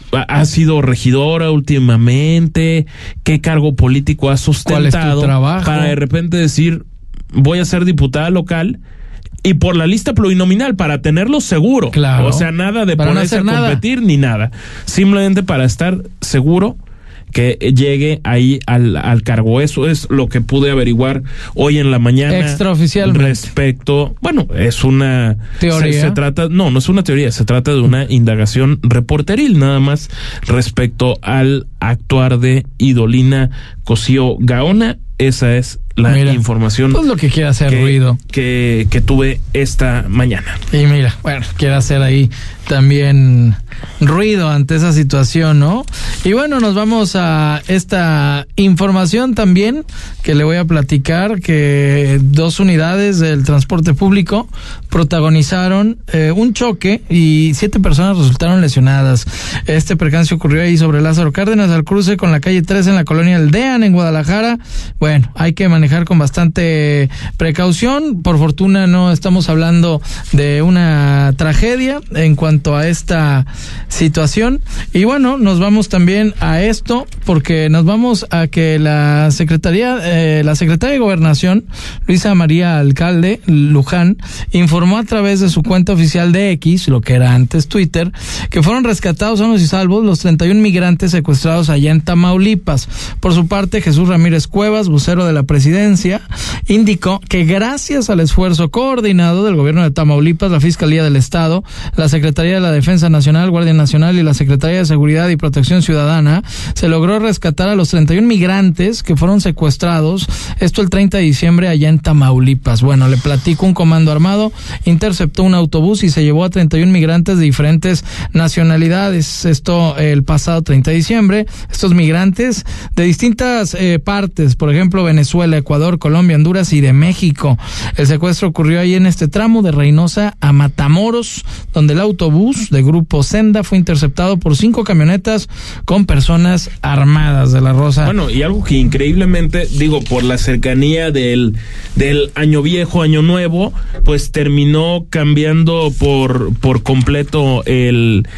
ha sido regidora últimamente, qué cargo político ha sustentado, ¿cuál es tu trabajo? Para de repente decir, voy a ser diputada local y por la lista plurinominal para tenerlo seguro. Claro. O sea, nada de para ponerse no a competir nada. ni nada. Simplemente para estar seguro que llegue ahí al, al cargo. Eso es lo que pude averiguar hoy en la mañana. Extraoficialmente. Respecto, bueno, es una teoría. Se, se trata, no, no es una teoría, se trata de una indagación reporteril, nada más respecto al actuar de Idolina Cosío Gaona. Esa es la mira, información. Pues lo que quiere hacer que, ruido. Que, que tuve esta mañana. Y mira, bueno, quiere hacer ahí también ruido ante esa situación, ¿no? Y bueno, nos vamos a esta información también que le voy a platicar, que dos unidades del transporte público protagonizaron eh, un choque y siete personas resultaron lesionadas. Este percance ocurrió ahí sobre Lázaro Cárdenas, al cruce con la calle tres en la colonia Aldean, en Guadalajara. Bueno, hay que manejar con bastante precaución. Por fortuna no estamos hablando de una tragedia en cuanto a esta situación. Y bueno, nos vamos también a esto porque nos vamos a que la Secretaría, eh, la Secretaria de Gobernación, Luisa María Alcalde Luján, informó a través de su cuenta oficial de X, lo que era antes Twitter, que fueron rescatados sanos y salvos los treinta y un migrantes secuestrados allá en Tamaulipas. Por su parte, Jesús Ramírez Cuevas, vocero de la presidencia, indicó que gracias al esfuerzo coordinado del gobierno de Tamaulipas, la Fiscalía del Estado, la Secretaría de la Defensa Nacional, Guardia Nacional y la Secretaría de Seguridad y Protección Ciudadana, se logró rescatar a los treinta y un migrantes que fueron secuestrados, esto el treinta de diciembre allá en Tamaulipas. Bueno, le platico, un comando armado interceptó un autobús y se llevó a treinta y un migrantes de diferentes nacionalidades, esto el pasado treinta de diciembre. Estos migrantes de distintas eh, partes, por ejemplo, Venezuela, Ecuador, Colombia, Honduras y de México. El secuestro ocurrió ahí en este tramo de Reynosa a Matamoros, donde el autobús de Grupo Senda fue interceptado por cinco camionetas con personas armadas. De la Rosa. Bueno, y algo que increíblemente, digo, por la cercanía del, del año viejo, año nuevo, pues terminó cambiando por, por completo el...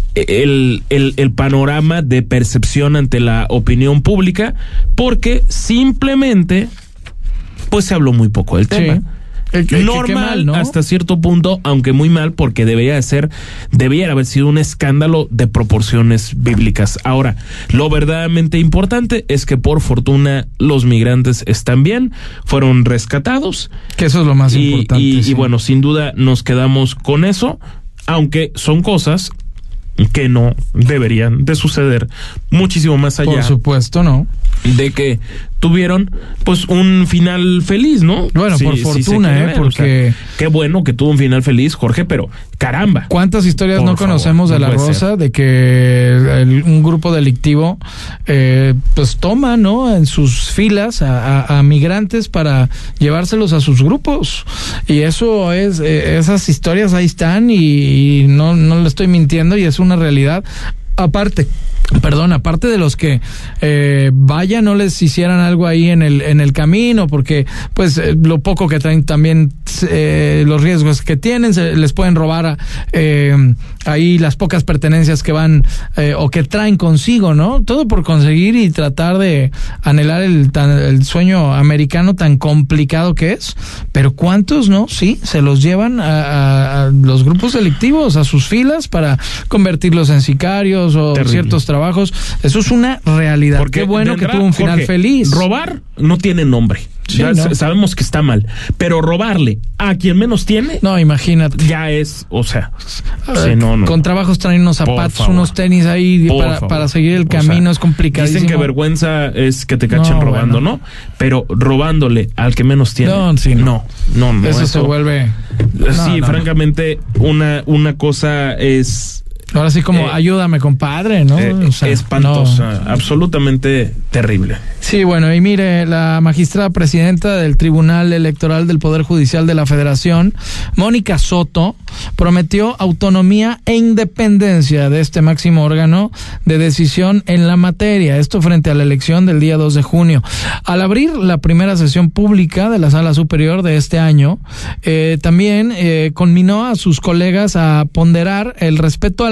El, el, el panorama de percepción ante la opinión pública, porque simplemente pues se habló muy poco del tema. Sí. El, el, Normal, mal, ¿no? Hasta cierto punto, aunque muy mal, porque debería de ser, debiera haber sido un escándalo de proporciones bíblicas. Ahora, lo verdaderamente importante es que por fortuna los migrantes están bien, fueron rescatados. Que eso es lo más y, importante. Y, sí. y bueno, sin duda nos quedamos con eso, aunque son cosas que no deberían de suceder muchísimo más allá. Por supuesto, no. De que tuvieron pues un final feliz, ¿no? Bueno, sí, por fortuna, sí eh, ver, porque... O sea, qué bueno que tuvo un final feliz, Jorge, pero caramba. ¿Cuántas historias por no favor, conocemos de no La Rosa ser. de que el, un grupo delictivo eh, pues toma, ¿no? En sus filas a, a, a migrantes para llevárselos a sus grupos? Y eso es, eh, esas historias ahí están y, y no, no le estoy mintiendo y es una realidad. Aparte, perdón, aparte de los que eh, vaya, no les hicieran algo ahí en el en el camino, porque pues eh, lo poco que traen también, eh, los riesgos que tienen, se les pueden robar a, eh, ahí las pocas pertenencias que van eh, o que traen consigo, ¿no? Todo por conseguir y tratar de anhelar el, tan, el sueño americano tan complicado que es, pero ¿cuántos no? Sí, se los llevan a, a, a los grupos delictivos, a sus filas para convertirlos en sicarios o Terrible. ciertos trabajos. Eso es una realidad. Porque qué bueno entrada, que tuvo un final Jorge, feliz. Robar no tiene nombre. Sí, ya no. sabemos que está mal, pero robarle a quien menos tiene, no, imagínate, ya es, o sea, uh, sí, no, no. con trabajos traen unos zapatos, unos tenis ahí para, para seguir el camino, o sea, es complicadísimo. Dicen que vergüenza es que te cachen no, robando, bueno. ¿no? Pero robándole al que menos tiene, no, sí, no, no, no, no eso, eso se vuelve, sí, no, francamente, no. una una cosa es ahora sí como, eh, ayúdame, compadre, ¿no? Eh, o sea, espantosa, no. absolutamente terrible. Sí, bueno, y mire, la magistrada presidenta del Tribunal Electoral del Poder Judicial de la Federación, Mónica Soto, prometió autonomía e independencia de este máximo órgano de decisión en la materia, esto frente a la elección del día dos de junio. Al abrir la primera sesión pública de la Sala Superior de este año, eh, también eh, conminó a sus colegas a ponderar el respeto a la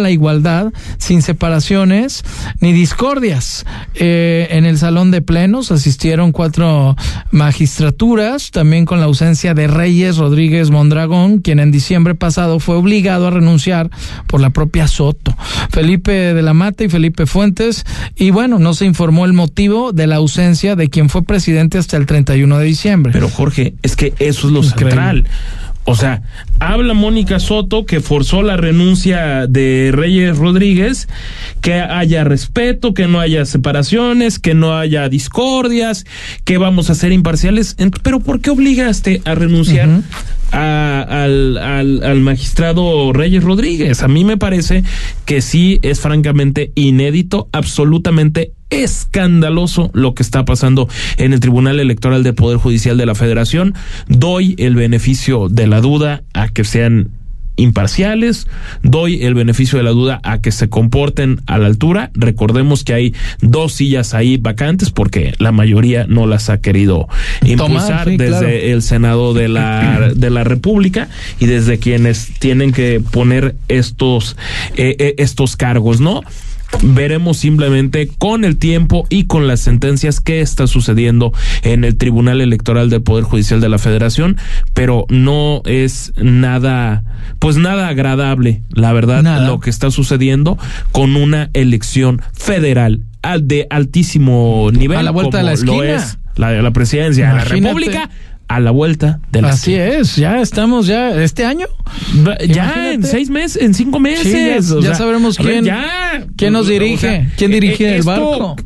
la igualdad, sin separaciones ni discordias. Eh, en el salón de plenos asistieron cuatro magistraturas, también con la ausencia de Reyes Rodríguez Mondragón, quien en diciembre pasado fue obligado a renunciar por la propia Soto, Felipe de la Mata y Felipe Fuentes, y bueno, no se informó el motivo de la ausencia de quien fue presidente hasta el treinta y uno de diciembre. Pero Jorge, es que eso es lo Increíble. central. O sea, habla Mónica Soto que forzó la renuncia de Reyes Rodríguez, que haya respeto, que no haya separaciones, que no haya discordias, que vamos a ser imparciales. Pero ¿por qué obligaste a renunciar uh-huh. a, al, al, al magistrado Reyes Rodríguez? A mí me parece que sí es francamente inédito, absolutamente escandaloso lo que está pasando en el Tribunal Electoral del Poder Judicial de la Federación. Doy el beneficio de la duda a que sean imparciales, doy el beneficio de la duda a que se comporten a la altura. Recordemos que hay dos sillas ahí vacantes porque la mayoría no las ha querido impulsar Tomar, sí, desde claro. el Senado de la de la República y desde quienes tienen que poner estos eh, eh, estos cargos, ¿no? Veremos simplemente con el tiempo y con las sentencias qué está sucediendo en el Tribunal Electoral del Poder Judicial de la Federación, pero no es nada, pues nada agradable, la verdad, nada. Lo que está sucediendo con una elección federal de altísimo nivel, a la vuelta como de la esquina. Lo es la de la presidencia de la República. A la vuelta de la Así esquina. Es, ya estamos ya este año. Ya Imagínate. en seis meses, en cinco meses. Sí, ya, o ya sea, sabremos quién, ver, ya, quién nos dirige, o sea, quién dirige eh, el barco.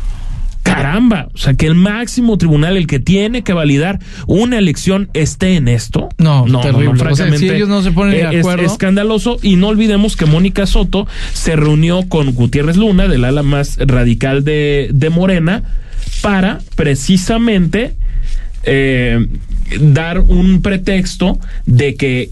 Caramba, o sea, que el máximo tribunal, el que tiene que validar una elección, esté en esto. No, no terrible. No, no, francamente, o sea, si ellos no se ponen es, de acuerdo. Es escandaloso, y no olvidemos que Mónica Soto se reunió con Gutiérrez Luna, del ala más radical de, de Morena, para precisamente eh, dar un pretexto de que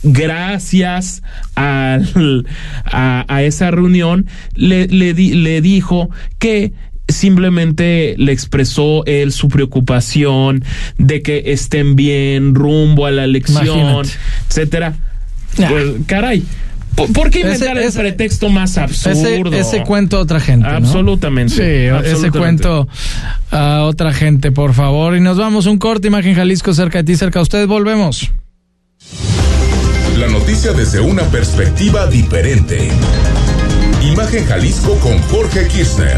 gracias al, a, a esa reunión le, le, di, le dijo que simplemente le expresó él su preocupación de que estén bien rumbo a la elección, Imagínate. etcétera. Nah. Pues, caray, ¿por, ¿por qué inventar ese, el ese, pretexto más absurdo? Ese, ese cuento a otra gente, ¿no? Absolutamente. Sí, absolutamente. Ese cuento a otra gente, por favor. Y nos vamos un corte. Imagen Jalisco, cerca de ti, cerca de ustedes. Volvemos. La noticia desde una perspectiva diferente. Imagen Jalisco con Jorge Kirchner.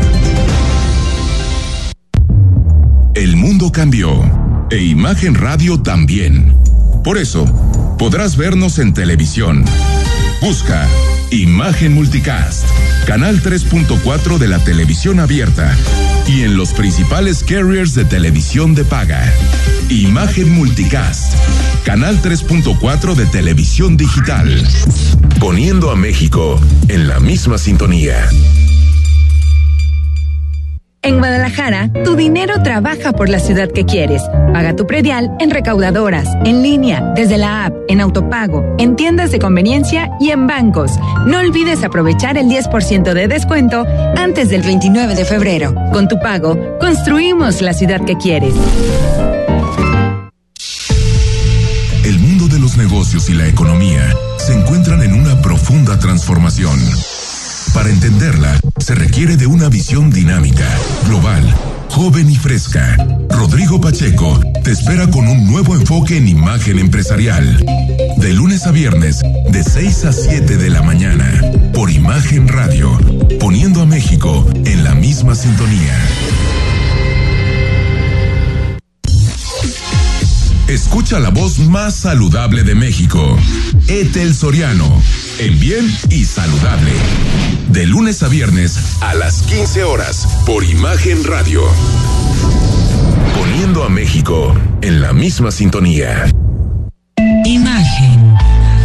El mundo cambió e Imagen Radio también. Por eso, podrás vernos en televisión. Busca Imagen Multicast, canal tres punto cuatro de la televisión abierta y en los principales carriers de televisión de paga. Imagen Multicast, canal tres punto cuatro de televisión digital, poniendo a México en la misma sintonía. En Guadalajara, tu dinero trabaja por la ciudad que quieres. Paga tu predial en recaudadoras, en línea, desde la app, en autopago, en tiendas de conveniencia y en bancos. No olvides aprovechar el diez por ciento de descuento antes del veintinueve de febrero. Con tu pago, construimos la ciudad que quieres. El mundo de los negocios y la economía se encuentran en una profunda transformación. Para entenderla, se requiere de una visión dinámica, global, joven y fresca. Rodrigo Pacheco te espera con un nuevo enfoque en imagen empresarial. De lunes a viernes, de seis a siete de la mañana, por Imagen Radio, poniendo a México en la misma sintonía. Escucha la voz más saludable de México. Ethel Soriano, en bien y saludable. De lunes a viernes a las quince horas por Imagen Radio. Poniendo a México en la misma sintonía. Imagen.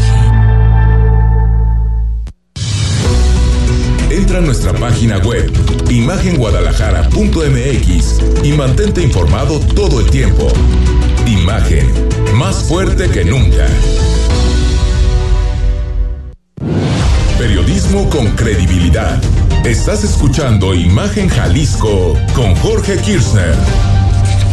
Entra a nuestra página web imagen guadalajara punto m x y mantente informado todo el tiempo. Imagen, más fuerte que nunca. Periodismo con credibilidad. Estás escuchando Imagen Jalisco con Jorge Kirchner.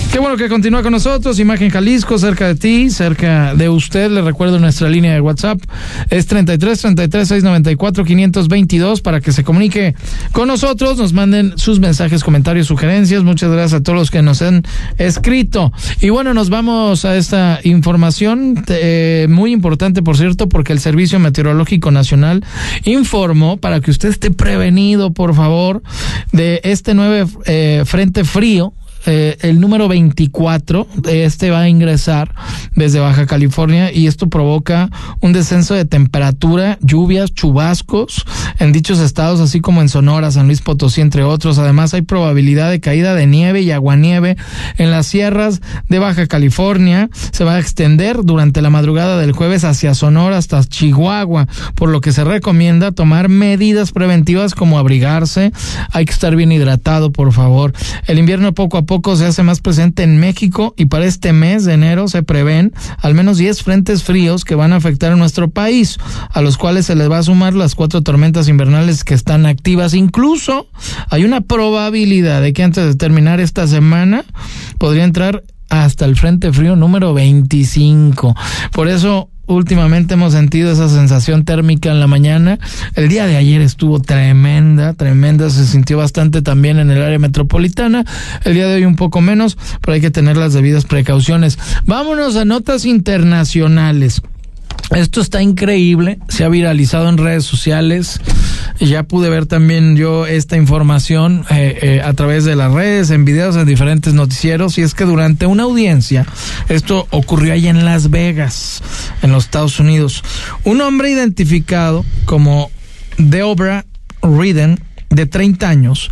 Qué bueno que continúa con nosotros. Imagen Jalisco, cerca de ti, cerca de usted. Le recuerdo nuestra línea de WhatsApp. Es treinta y tres, treinta y tres, seiscientos noventa y cuatro, quinientos veintidós para que se comunique con nosotros. Nos manden sus mensajes, comentarios, sugerencias. Muchas gracias a todos los que nos han escrito. Y bueno, nos vamos a esta información eh, muy importante, por cierto, porque el Servicio Meteorológico Nacional informó, para que usted esté prevenido, por favor, de este nuevo eh, frente frío. Eh, el número veinticuatro, este va a ingresar desde Baja California y esto provoca un descenso de temperatura, lluvias, chubascos en dichos estados, así como en Sonora, San Luis Potosí, entre otros. Además, hay probabilidad de caída de nieve y aguanieve en las sierras de Baja California. Se va a extender durante la madrugada del jueves hacia Sonora hasta Chihuahua, por lo que se recomienda tomar medidas preventivas como abrigarse. Hay que estar bien hidratado, por favor. El invierno poco a poco poco se hace más presente en México y para este mes de enero se prevén al menos diez frentes fríos que van a afectar a nuestro país, a los cuales se les va a sumar las cuatro tormentas invernales que están activas. Incluso hay una probabilidad de que antes de terminar esta semana podría entrar hasta el frente frío número veinticinco. Por eso últimamente hemos sentido esa sensación térmica en la mañana. El día de ayer estuvo tremenda, tremenda, se sintió bastante también en el área metropolitana. El día de hoy un poco menos, pero hay que tener las debidas precauciones. Vámonos a notas internacionales. Esto está increíble, se ha viralizado en redes sociales. Ya pude ver también yo esta información eh, eh, a través de las redes, en videos, en diferentes noticieros. Y es que durante una audiencia, esto ocurrió allá en Las Vegas, en los Estados Unidos, un hombre identificado como Deborah Redden, de treinta años,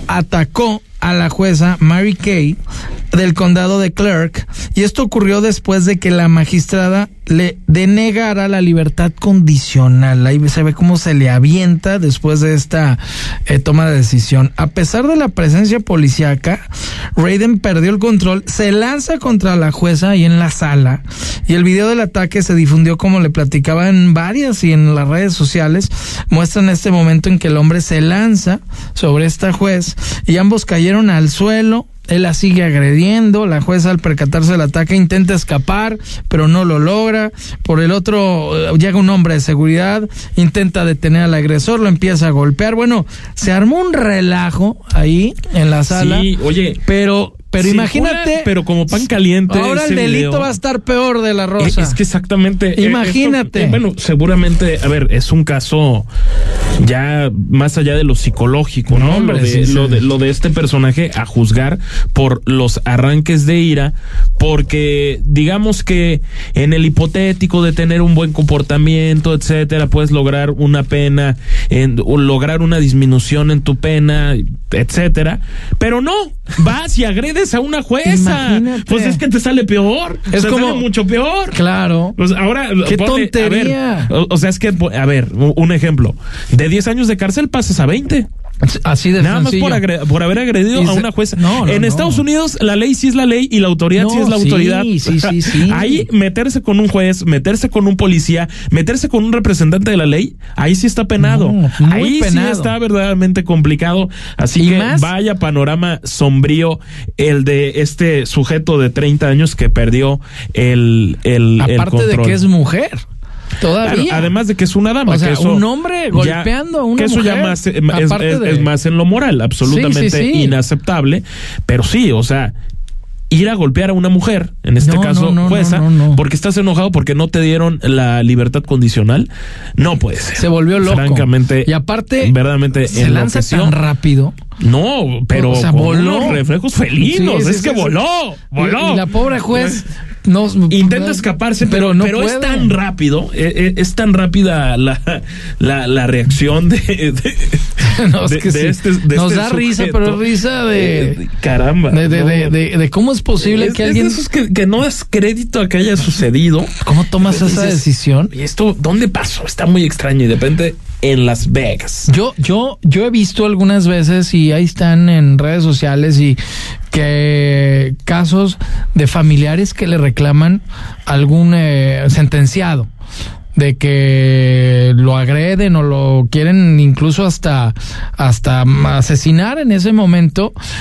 atacó a la jueza Mary Kay del condado de Clark, y esto ocurrió después de que la magistrada le denegara la libertad condicional. Ahí se ve cómo se le avienta después de esta eh, toma de decisión. A pesar de la presencia policíaca, Redden perdió el control, se lanza contra la jueza ahí en la sala, y el video del ataque se difundió, como le platicaba, en varias y en las redes sociales. Muestran este momento en que el hombre se lanza sobre esta juez y ambos cayeron al suelo. Él la sigue agrediendo. La jueza, al percatarse del ataque, intenta escapar, pero no lo logra. Por el otro, llega un hombre de seguridad, intenta detener al agresor, lo empieza a golpear. Bueno, se armó un relajo ahí en la sala. Sí, oye, pero... Pero imagínate, circula, pero como pan caliente. Ahora el delito video va a estar peor de la Rosa. Es, es que exactamente. Imagínate. Esto, bueno, seguramente, a ver, es un caso ya más allá de lo psicológico, ¿no? Hombre, lo, de, sí, sí. lo de lo de este personaje a juzgar por los arranques de ira, porque digamos que en el hipotético de tener un buen comportamiento, etcétera, puedes lograr una pena, en, o lograr una disminución en tu pena, etcétera, pero no, vas y agredes a una jueza. Imagínate. Pues es que te sale peor. Es te como sale mucho peor. Claro. Pues ahora qué ponle, tontería. A ver, o, o sea, es que, a ver, un ejemplo. De diez años de cárcel pasas a veinte. Así de Nada sencillo. más por, agre- por haber agredido se, a una jueza. No, no, en no. Estados Unidos la ley sí es la ley y la autoridad no, sí es la sí, autoridad. Sí, sí, sí. Ahí meterse con un juez, meterse con un policía, meterse con un representante de la ley, ahí sí está penado. No, muy ahí penado. sí está verdaderamente complicado. Así ¿Y que más? Vaya panorama sombrío el de este sujeto de treinta años que perdió el, el, Aparte el control. de que es mujer. Todavía. Claro, además de que es una dama. O sea, que eso un hombre golpeando a una que eso mujer. ya más, es, es, de... es más en lo moral, absolutamente sí, sí, sí. inaceptable. Pero sí, o sea, ir a golpear a una mujer, en este no, caso no, no, jueza, no, no, no. porque estás enojado porque no te dieron la libertad condicional, no puede ser. Se volvió loco. Francamente, y aparte, verdaderamente se lanza tan rápido. No, pero o sea, con voló. unos reflejos felinos. Sí, sí, es sí, que sí. voló, voló. Y, y la pobre juez no intenta escaparse, pero, pero, no pero es puede. tan rápido, es, es tan rápida la, la, la reacción de, de, no, es de, que de sí. este, de Nos este da risa, sujeto. pero risa de, Eh, caramba. de, de, no. de, de, de cómo es posible es, que es alguien de esos que, que no das crédito a que haya sucedido. ¿Cómo tomas Dices, esa decisión? ¿Y esto dónde pasó? Está muy extraño y depende en Las Vegas. Yo, yo, yo he visto algunas veces y ahí están en redes sociales y que casos de familiares que le reclaman algún eh, sentenciado de que lo agreden o lo quieren incluso hasta hasta asesinar en ese momento,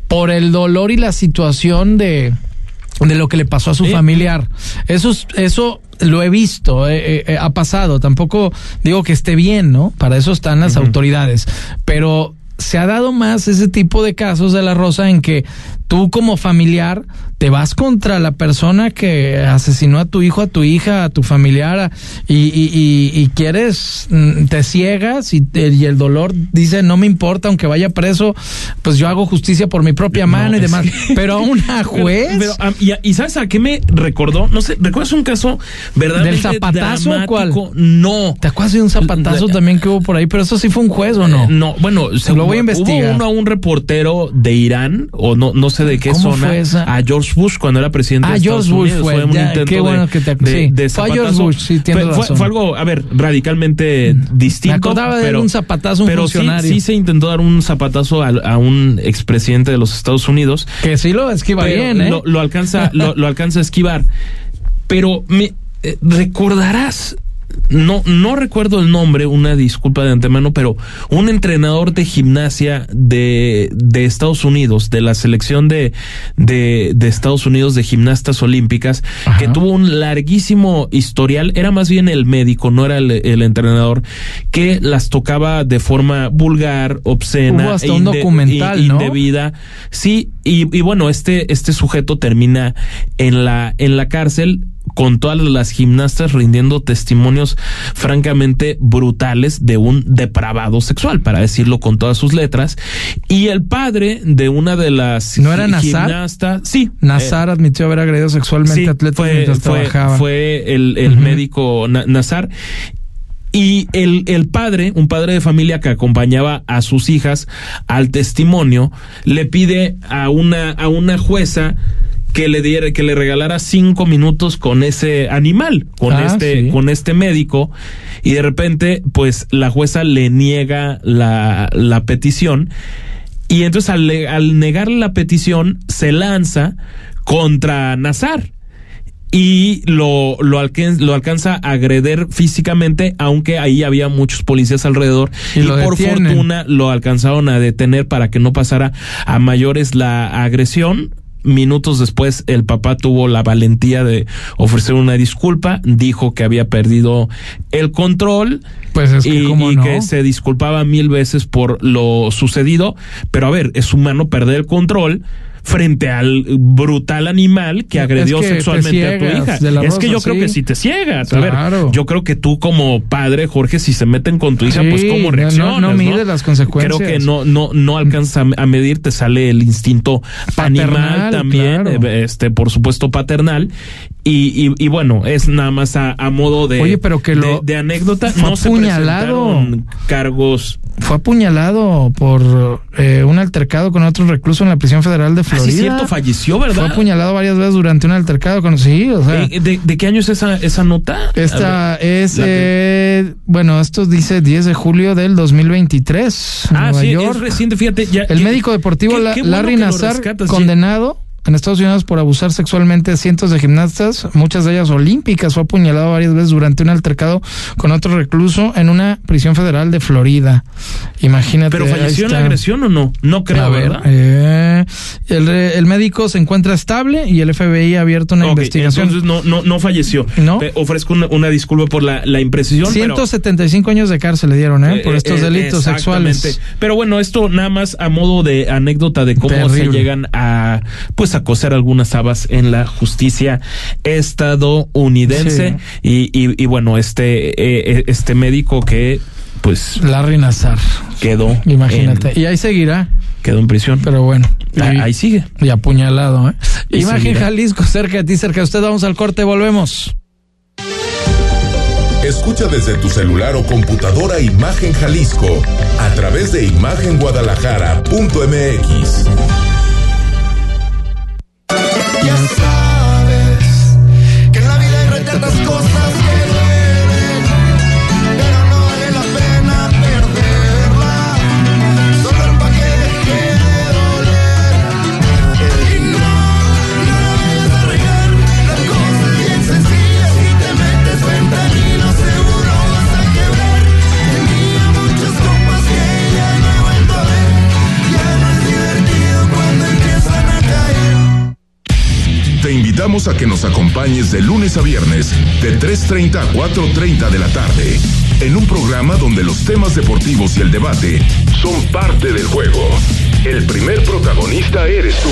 por el dolor y la situación de, de lo que le pasó a su ¿Eh? familiar. Eso, eso lo he visto, eh, eh, ha pasado. Tampoco digo que esté bien, ¿no? Para eso están las uh-huh. autoridades. Pero se ha dado más ese tipo de casos de la Rosa en que tú como familiar te vas contra la persona que asesinó a tu hijo, a tu hija, a tu familiar a, y, y, y, y quieres, te ciegas y, y el dolor dice no me importa aunque vaya preso, pues yo hago justicia por mi propia mano no, y demás. Que... Pero a una juez. Pero, pero, y, ¿Y sabes a qué me recordó? No sé, ¿recuerdas un caso verdaderamente del zapatazo? Dramático? ¿Cuál? No. ¿Te acuerdas de un zapatazo también que hubo por ahí? Pero eso sí fue un juez o no? Eh, no, bueno, se lo voy a investigar. Hubo uno a un reportero de Irán o no, no sé de qué zona, a George Bush cuando era presidente ah, de Estados George Unidos. Bush fue, fue un ya, intento qué bueno de, que te de, sí. de Fue George Bush, sí, tienes fue, razón. Fue, fue algo, a ver, radicalmente distinto. Me acordaba de pero, un zapatazo a un pero funcionario. Sí, sí se intentó dar un zapatazo a, a un expresidente de los Estados Unidos. Que sí lo esquiva bien, ¿eh? Lo, lo alcanza, lo, lo alcanza a esquivar. Pero me eh, recordarás. No, no recuerdo el nombre, una disculpa de antemano, pero un entrenador de gimnasia de, de Estados Unidos, de la selección de, de, de Estados Unidos de gimnastas olímpicas, Ajá. que tuvo un larguísimo historial, era más bien el médico, no era el, el entrenador, que las tocaba de forma vulgar, obscena, Hubo hasta un inde, documental, ¿no? indebida. Sí, y, y bueno, este, este sujeto termina en la, en la cárcel con todas las gimnastas rindiendo testimonios francamente brutales de un depravado sexual, para decirlo con todas sus letras. Y el padre de una de las ¿No era Nazar? gimnastas, sí. Nazar eh, admitió haber agredido sexualmente sí, a atletas fue, mientras fue, trabajaba. Fue el, el uh-huh. médico Na- Nazar. Y el, el padre, un padre de familia que acompañaba a sus hijas al testimonio, le pide a una, a una jueza que le diera, que le regalara cinco minutos con ese animal, con ah, este, sí. con este médico, y de repente, pues, la jueza le niega la, la petición, y entonces al, al negarle la petición, se lanza contra Nazar. Y lo, lo, alcan, lo alcanza a agredir físicamente, aunque ahí había muchos policías alrededor. Y, y por detienen. fortuna lo alcanzaron a detener para que no pasara a mayores la agresión. Minutos después, el papá tuvo la valentía de ofrecer una disculpa, dijo que había perdido el control, pues es que y, cómo y no. que se disculpaba mil veces por lo sucedido. Pero a ver, es humano perder el control frente al brutal animal que agredió es que sexualmente a tu hija. Es Rosa, que yo sí. creo que si te ciegas. A claro. ver, yo creo que tú como padre, Jorge, si se meten con tu hija, sí, pues cómo reaccionas. No, no mide ¿no? las consecuencias. Creo que no, no, no alcanza a medir, te sale el instinto paternal, animal también, claro. este, por supuesto, paternal. Y, y, y bueno, es nada más a, a modo de, Oye, pero que lo, de, de anécdota. Fue no apuñalado. Se presentaron cargos. Fue apuñalado por eh, un altercado con otro recluso en la prisión federal de Florida. Ah, sí, cierto, falleció, ¿verdad? Fue apuñalado varias veces durante un altercado con sí, o sea. ¿De, de, de qué año es esa, esa nota? Esta es, eh, bueno, esto dice diez de julio del dos mil veintitrés. Ah, Nueva sí, York. es reciente, fíjate. Ya, El qué, médico deportivo qué, la, qué bueno Larry Nazar, condenado en Estados Unidos por abusar sexualmente de cientos de gimnastas, muchas de ellas olímpicas, fue apuñalado varias veces durante un altercado con otro recluso en una prisión federal de Florida. Imagínate. ¿Pero falleció en la agresión o no? No creo, A ver, ¿verdad? Eh, el, el médico se encuentra estable y el F B I ha abierto una okay, investigación. Entonces no, no, no falleció. ¿No? Te ofrezco una, una disculpa por la, la imprecisión. ciento setenta y cinco pero, años de cárcel le dieron, ¿eh? Por estos eh, delitos sexuales. Pero bueno, esto nada más a modo de anécdota de cómo Terrible. se llegan a, pues, a coser algunas habas en la justicia estadounidense. Sí. Y, y, y bueno, este, eh, este médico que, pues, Larry Nazar quedó. Imagínate. En, y ahí seguirá. Quedó en prisión. Pero bueno. Y, ahí sigue. Y apuñalado, ¿eh? Y Imagen seguirá. Jalisco, cerca de ti, cerca de usted. Vamos al corte, volvemos. Escucha desde tu celular o computadora Imagen Jalisco a través de imagen guadalajara punto m x. Ya sabes que en la vida hay tantas cosas que duelen, pero no vale la pena perderla, solo para que deje de doler. Y no, no debes arreglar las cosas bien sencillas. Si te metes fentanilo seguro vas a quebrar. Tenía muchos compas que ya no he vuelto a ver. Ya no es divertido cuando el invitamos a que nos acompañes de lunes a viernes, de tres treinta a cuatro treinta de la tarde, en un programa donde los temas deportivos y el debate son parte del juego. El primer protagonista eres tú.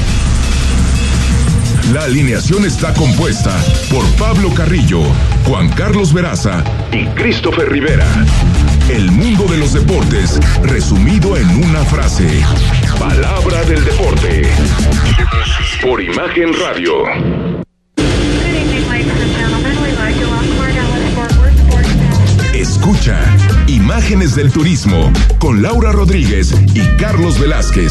La alineación está compuesta por Pablo Carrillo, Juan Carlos Veraza y Christopher Rivera. El mundo de los deportes resumido en una frase. Palabra del deporte. Por Imagen Radio. Escucha Imágenes del Turismo con Laura Rodríguez y Carlos Velázquez.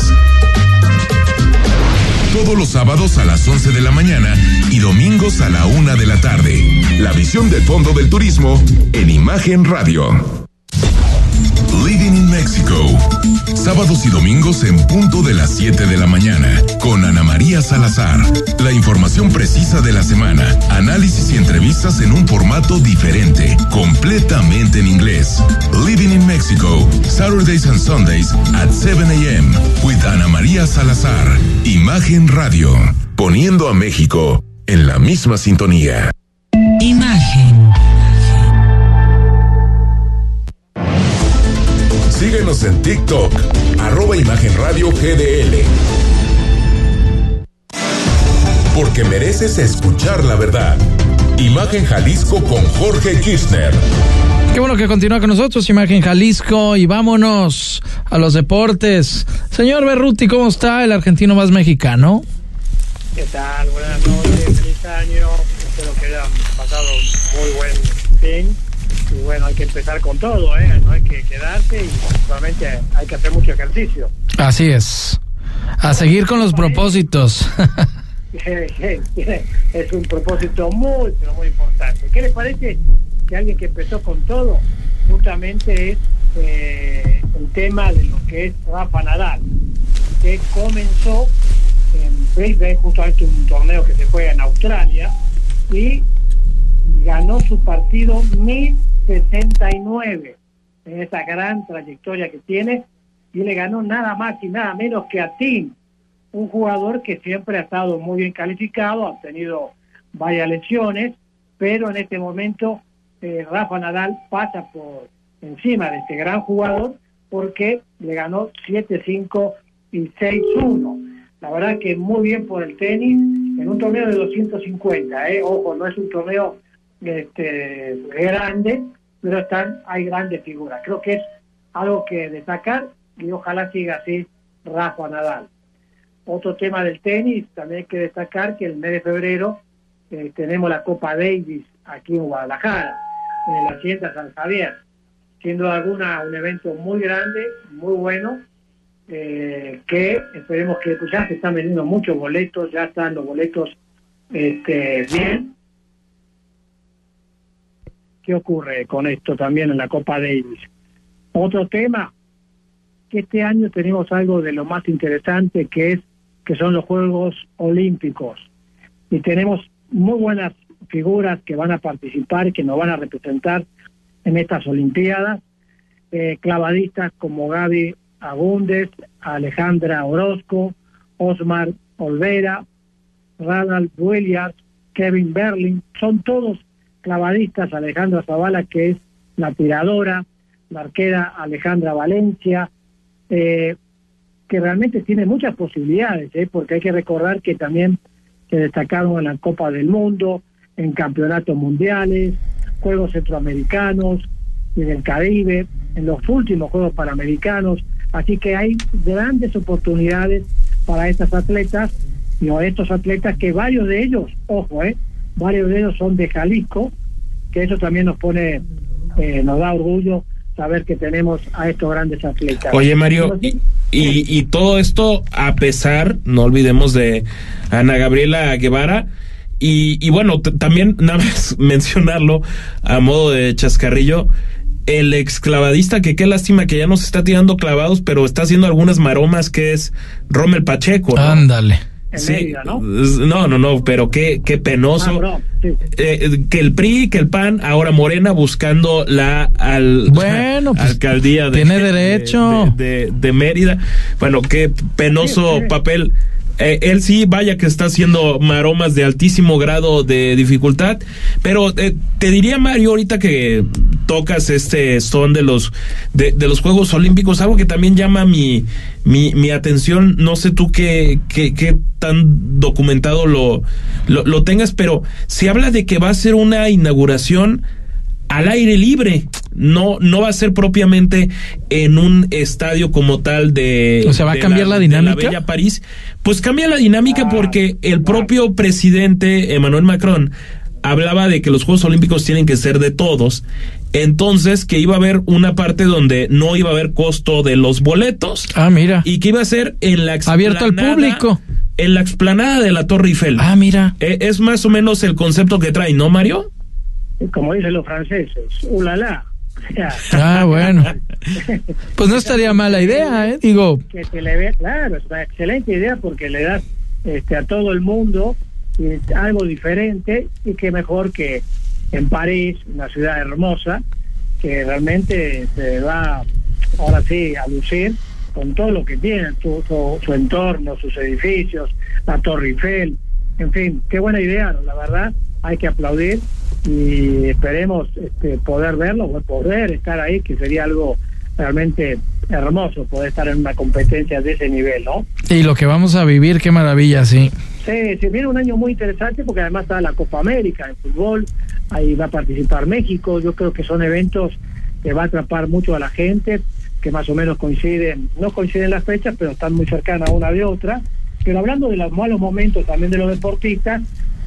Todos los sábados a las once de la mañana y domingos a la una de la tarde. La visión del fondo del turismo en Imagen Radio. Living in Mexico. Sábados y domingos en punto de las siete de la mañana. Con Ana María Salazar. La información precisa de la semana. Análisis y entrevistas en un formato diferente. Completamente en inglés. Living in Mexico. Saturdays and Sundays at seven a.m. with Ana María Salazar. Imagen Radio. Poniendo a México en la misma sintonía. Imagen. Síguenos en TikTok, arroba Imagen Radio G D L. Porque mereces escuchar la verdad. Imagen Jalisco con Jorge Kirchner. Qué bueno que continúa con nosotros, Imagen Jalisco, y vámonos a los deportes. Señor Berruti, ¿cómo está el argentino más mexicano? ¿Qué tal? Buenas noches, feliz año. Espero que hayan pasado un muy buen fin. Y bueno, hay que empezar con todo, ¿eh? No hay que quedarse y solamente hay que hacer mucho ejercicio. Así es. A seguir con los propósitos. Es un propósito muy, pero muy importante. ¿Qué les parece que alguien que empezó con todo justamente es eh, el tema de lo que es Rafa Nadal, que comenzó en Brisbane, justamente un torneo que se juega en Australia, y ganó su partido mil sesenta y nueve en esa gran trayectoria que tiene, y le ganó nada más y nada menos que a Thiem, un jugador que siempre ha estado muy bien calificado, ha tenido varias lesiones, pero en este momento eh, Rafa Nadal pasa por encima de este gran jugador porque le ganó siete cinco y seis uno. La verdad que muy bien por el tenis en un torneo de doscientos cincuenta, eh. Ojo, no es un torneo este grande, pero están hay grandes figuras. Creo que es algo que destacar y ojalá siga así Rafa Nadal. Otro tema del tenis, también hay que destacar que el mes de febrero eh, tenemos la Copa Davis aquí en Guadalajara, en la Hacienda San Javier, siendo alguna un evento muy grande, muy bueno, eh, que esperemos que pues, ya se están vendiendo muchos boletos, ya están los boletos este, bien. ¿Qué ocurre con esto también en la Copa Davis? Otro tema, que este año tenemos algo de lo más interesante, que es que son los Juegos Olímpicos, y tenemos muy buenas figuras que van a participar y que nos van a representar en estas Olimpiadas, eh, clavadistas como Gaby Agúndez, Alejandra Orozco, Osmar Olvera, Ronald Williams, Kevin Berlin, son todos clavadistas. Alejandra Zavala, que es la tiradora, la arquera Alejandra Valencia, eh, que realmente tiene muchas posibilidades, eh, porque hay que recordar que también se destacaron en la Copa del Mundo, en campeonatos mundiales, Juegos Centroamericanos y del Caribe, en los últimos Juegos Panamericanos, así que hay grandes oportunidades para estas atletas y o estos atletas que varios de ellos, ojo, eh, varios de ellos son de Jalisco, que eso también nos pone, eh, nos da orgullo saber que tenemos a estos grandes atletas. Oye, Mario, y, y, y todo esto a pesar, no olvidemos de Ana Gabriela Guevara, y, y bueno, t- también nada más mencionarlo a modo de chascarrillo, el exclavadista que qué lástima que ya nos está tirando clavados, pero está haciendo algunas maromas, que es Rommel Pacheco, ¿no? Ándale. Sí, Mérida, ¿no? no, no, no, pero qué, qué penoso. Ah, sí. eh, que el P R I, que el P A N, ahora Morena buscando la al, bueno, pues, alcaldía de, tiene derecho de, de, de, de Mérida. Bueno, qué penoso sí, sí. papel Eh, él sí, vaya que está haciendo maromas de altísimo grado de dificultad, pero eh, te diría, Mario, ahorita que tocas este son de los de, de los Juegos Olímpicos, algo que también llama mi mi, mi atención, no sé tú qué, qué, qué tan documentado lo, lo, lo tengas, pero se habla de que va a ser una inauguración al aire libre, no no va a ser propiamente en un estadio como tal de... O sea, ¿va a cambiar la, la dinámica? De la Bella París. Pues cambia la dinámica porque el propio presidente Emmanuel Macron hablaba de que los Juegos Olímpicos tienen que ser de todos, entonces que iba a haber una parte donde no iba a haber costo de los boletos. Ah, mira. Y que iba a ser en la explanada... Abierto al público. En la explanada de la Torre Eiffel. Ah, mira. Eh, es más o menos el concepto que trae, ¿no, Mario? Como dicen los franceses, ulala. Ah, bueno. Pues no estaría mala idea, ¿eh? Digo. Que se le ve, claro, es una excelente idea porque le das este, a todo el mundo eh, algo diferente, y qué mejor que en París, una ciudad hermosa, que realmente se va, ahora sí, a lucir con todo lo que tiene, su, su, su entorno, sus edificios, la Torre Eiffel, en fin, qué buena idea, la verdad, hay que aplaudir. Y esperemos este, poder verlo, poder estar ahí, que sería algo realmente hermoso, poder estar en una competencia de ese nivel, ¿no? Y lo que vamos a vivir, qué maravilla, sí. Sí, se viene un año muy interesante porque además está la Copa América en fútbol, ahí va a participar México, yo creo que son eventos que va a atrapar mucho a la gente, que más o menos coinciden, no coinciden las fechas, pero están muy cercanas una de otra. Pero hablando de los malos momentos también de los deportistas,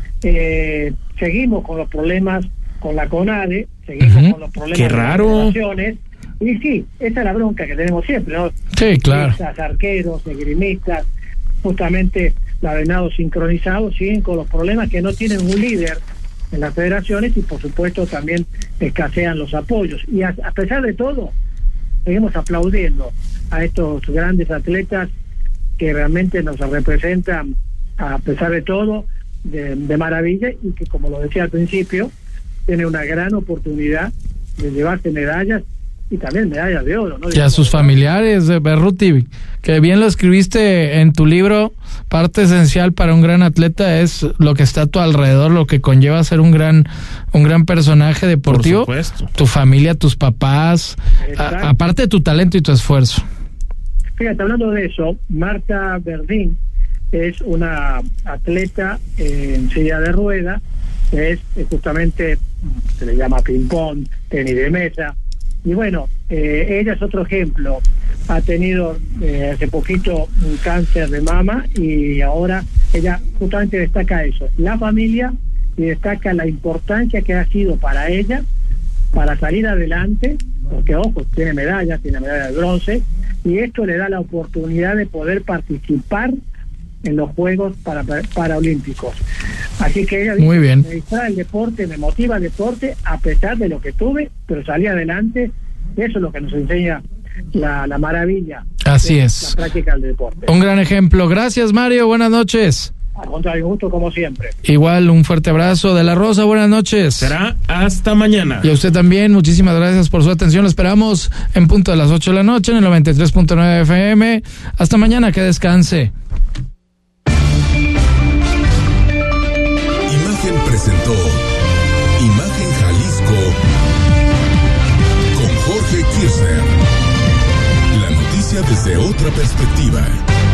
eh, seguimos con los problemas con la CONADE, seguimos uh-huh. con los problemas Qué raro. de las federaciones, y sí, esa es la bronca que tenemos siempre, ¿no? Sí, claro. Esas, arqueros, esgrimistas, justamente la venado sincronizado, siguen con los problemas que no tienen un líder en las federaciones, y por supuesto también escasean los apoyos, y a, a pesar de todo seguimos aplaudiendo a estos grandes atletas que realmente nos representan a pesar de todo De, de maravilla, y que, como lo decía al principio, tiene una gran oportunidad de llevarse medallas, y también medallas de oro, ¿no? Y a sus familiares, de Berruti, que bien lo escribiste en tu libro, parte esencial para un gran atleta es lo que está a tu alrededor, lo que conlleva ser un gran un gran personaje deportivo. Por supuesto. Tu familia, tus papás, a, aparte de tu talento y tu esfuerzo. Fíjate, hablando de eso, Marta Verdín es una atleta en silla de rueda, es, es justamente, se le llama ping-pong, tenis de mesa, y bueno, eh, ella es otro ejemplo. Ha tenido eh, hace poquito un cáncer de mama, y ahora ella justamente destaca eso, la familia, y destaca la importancia que ha sido para ella para salir adelante, porque ojo, tiene medallas, tiene medalla de bronce, y esto le da la oportunidad de poder participar en los Juegos para, para, Paralímpicos. Así que ella Muy dice, bien. me distrae el deporte, me motiva el deporte a pesar de lo que tuve, pero salí adelante. Eso es lo que nos enseña la, la maravilla. Así de es. La práctica del deporte. Un gran ejemplo. Gracias, Mario. Buenas noches. Al contrario, gusto como siempre. Igual, un fuerte abrazo. De la Rosa, buenas noches. Será hasta mañana. Y a usted también, muchísimas gracias por su atención. Lo esperamos en punto de las ocho de la noche en el noventa y tres punto nueve F M. Hasta mañana, que descanse. Imagen presentó Imagen Jalisco con Jorge Kirchner. La noticia desde otra perspectiva.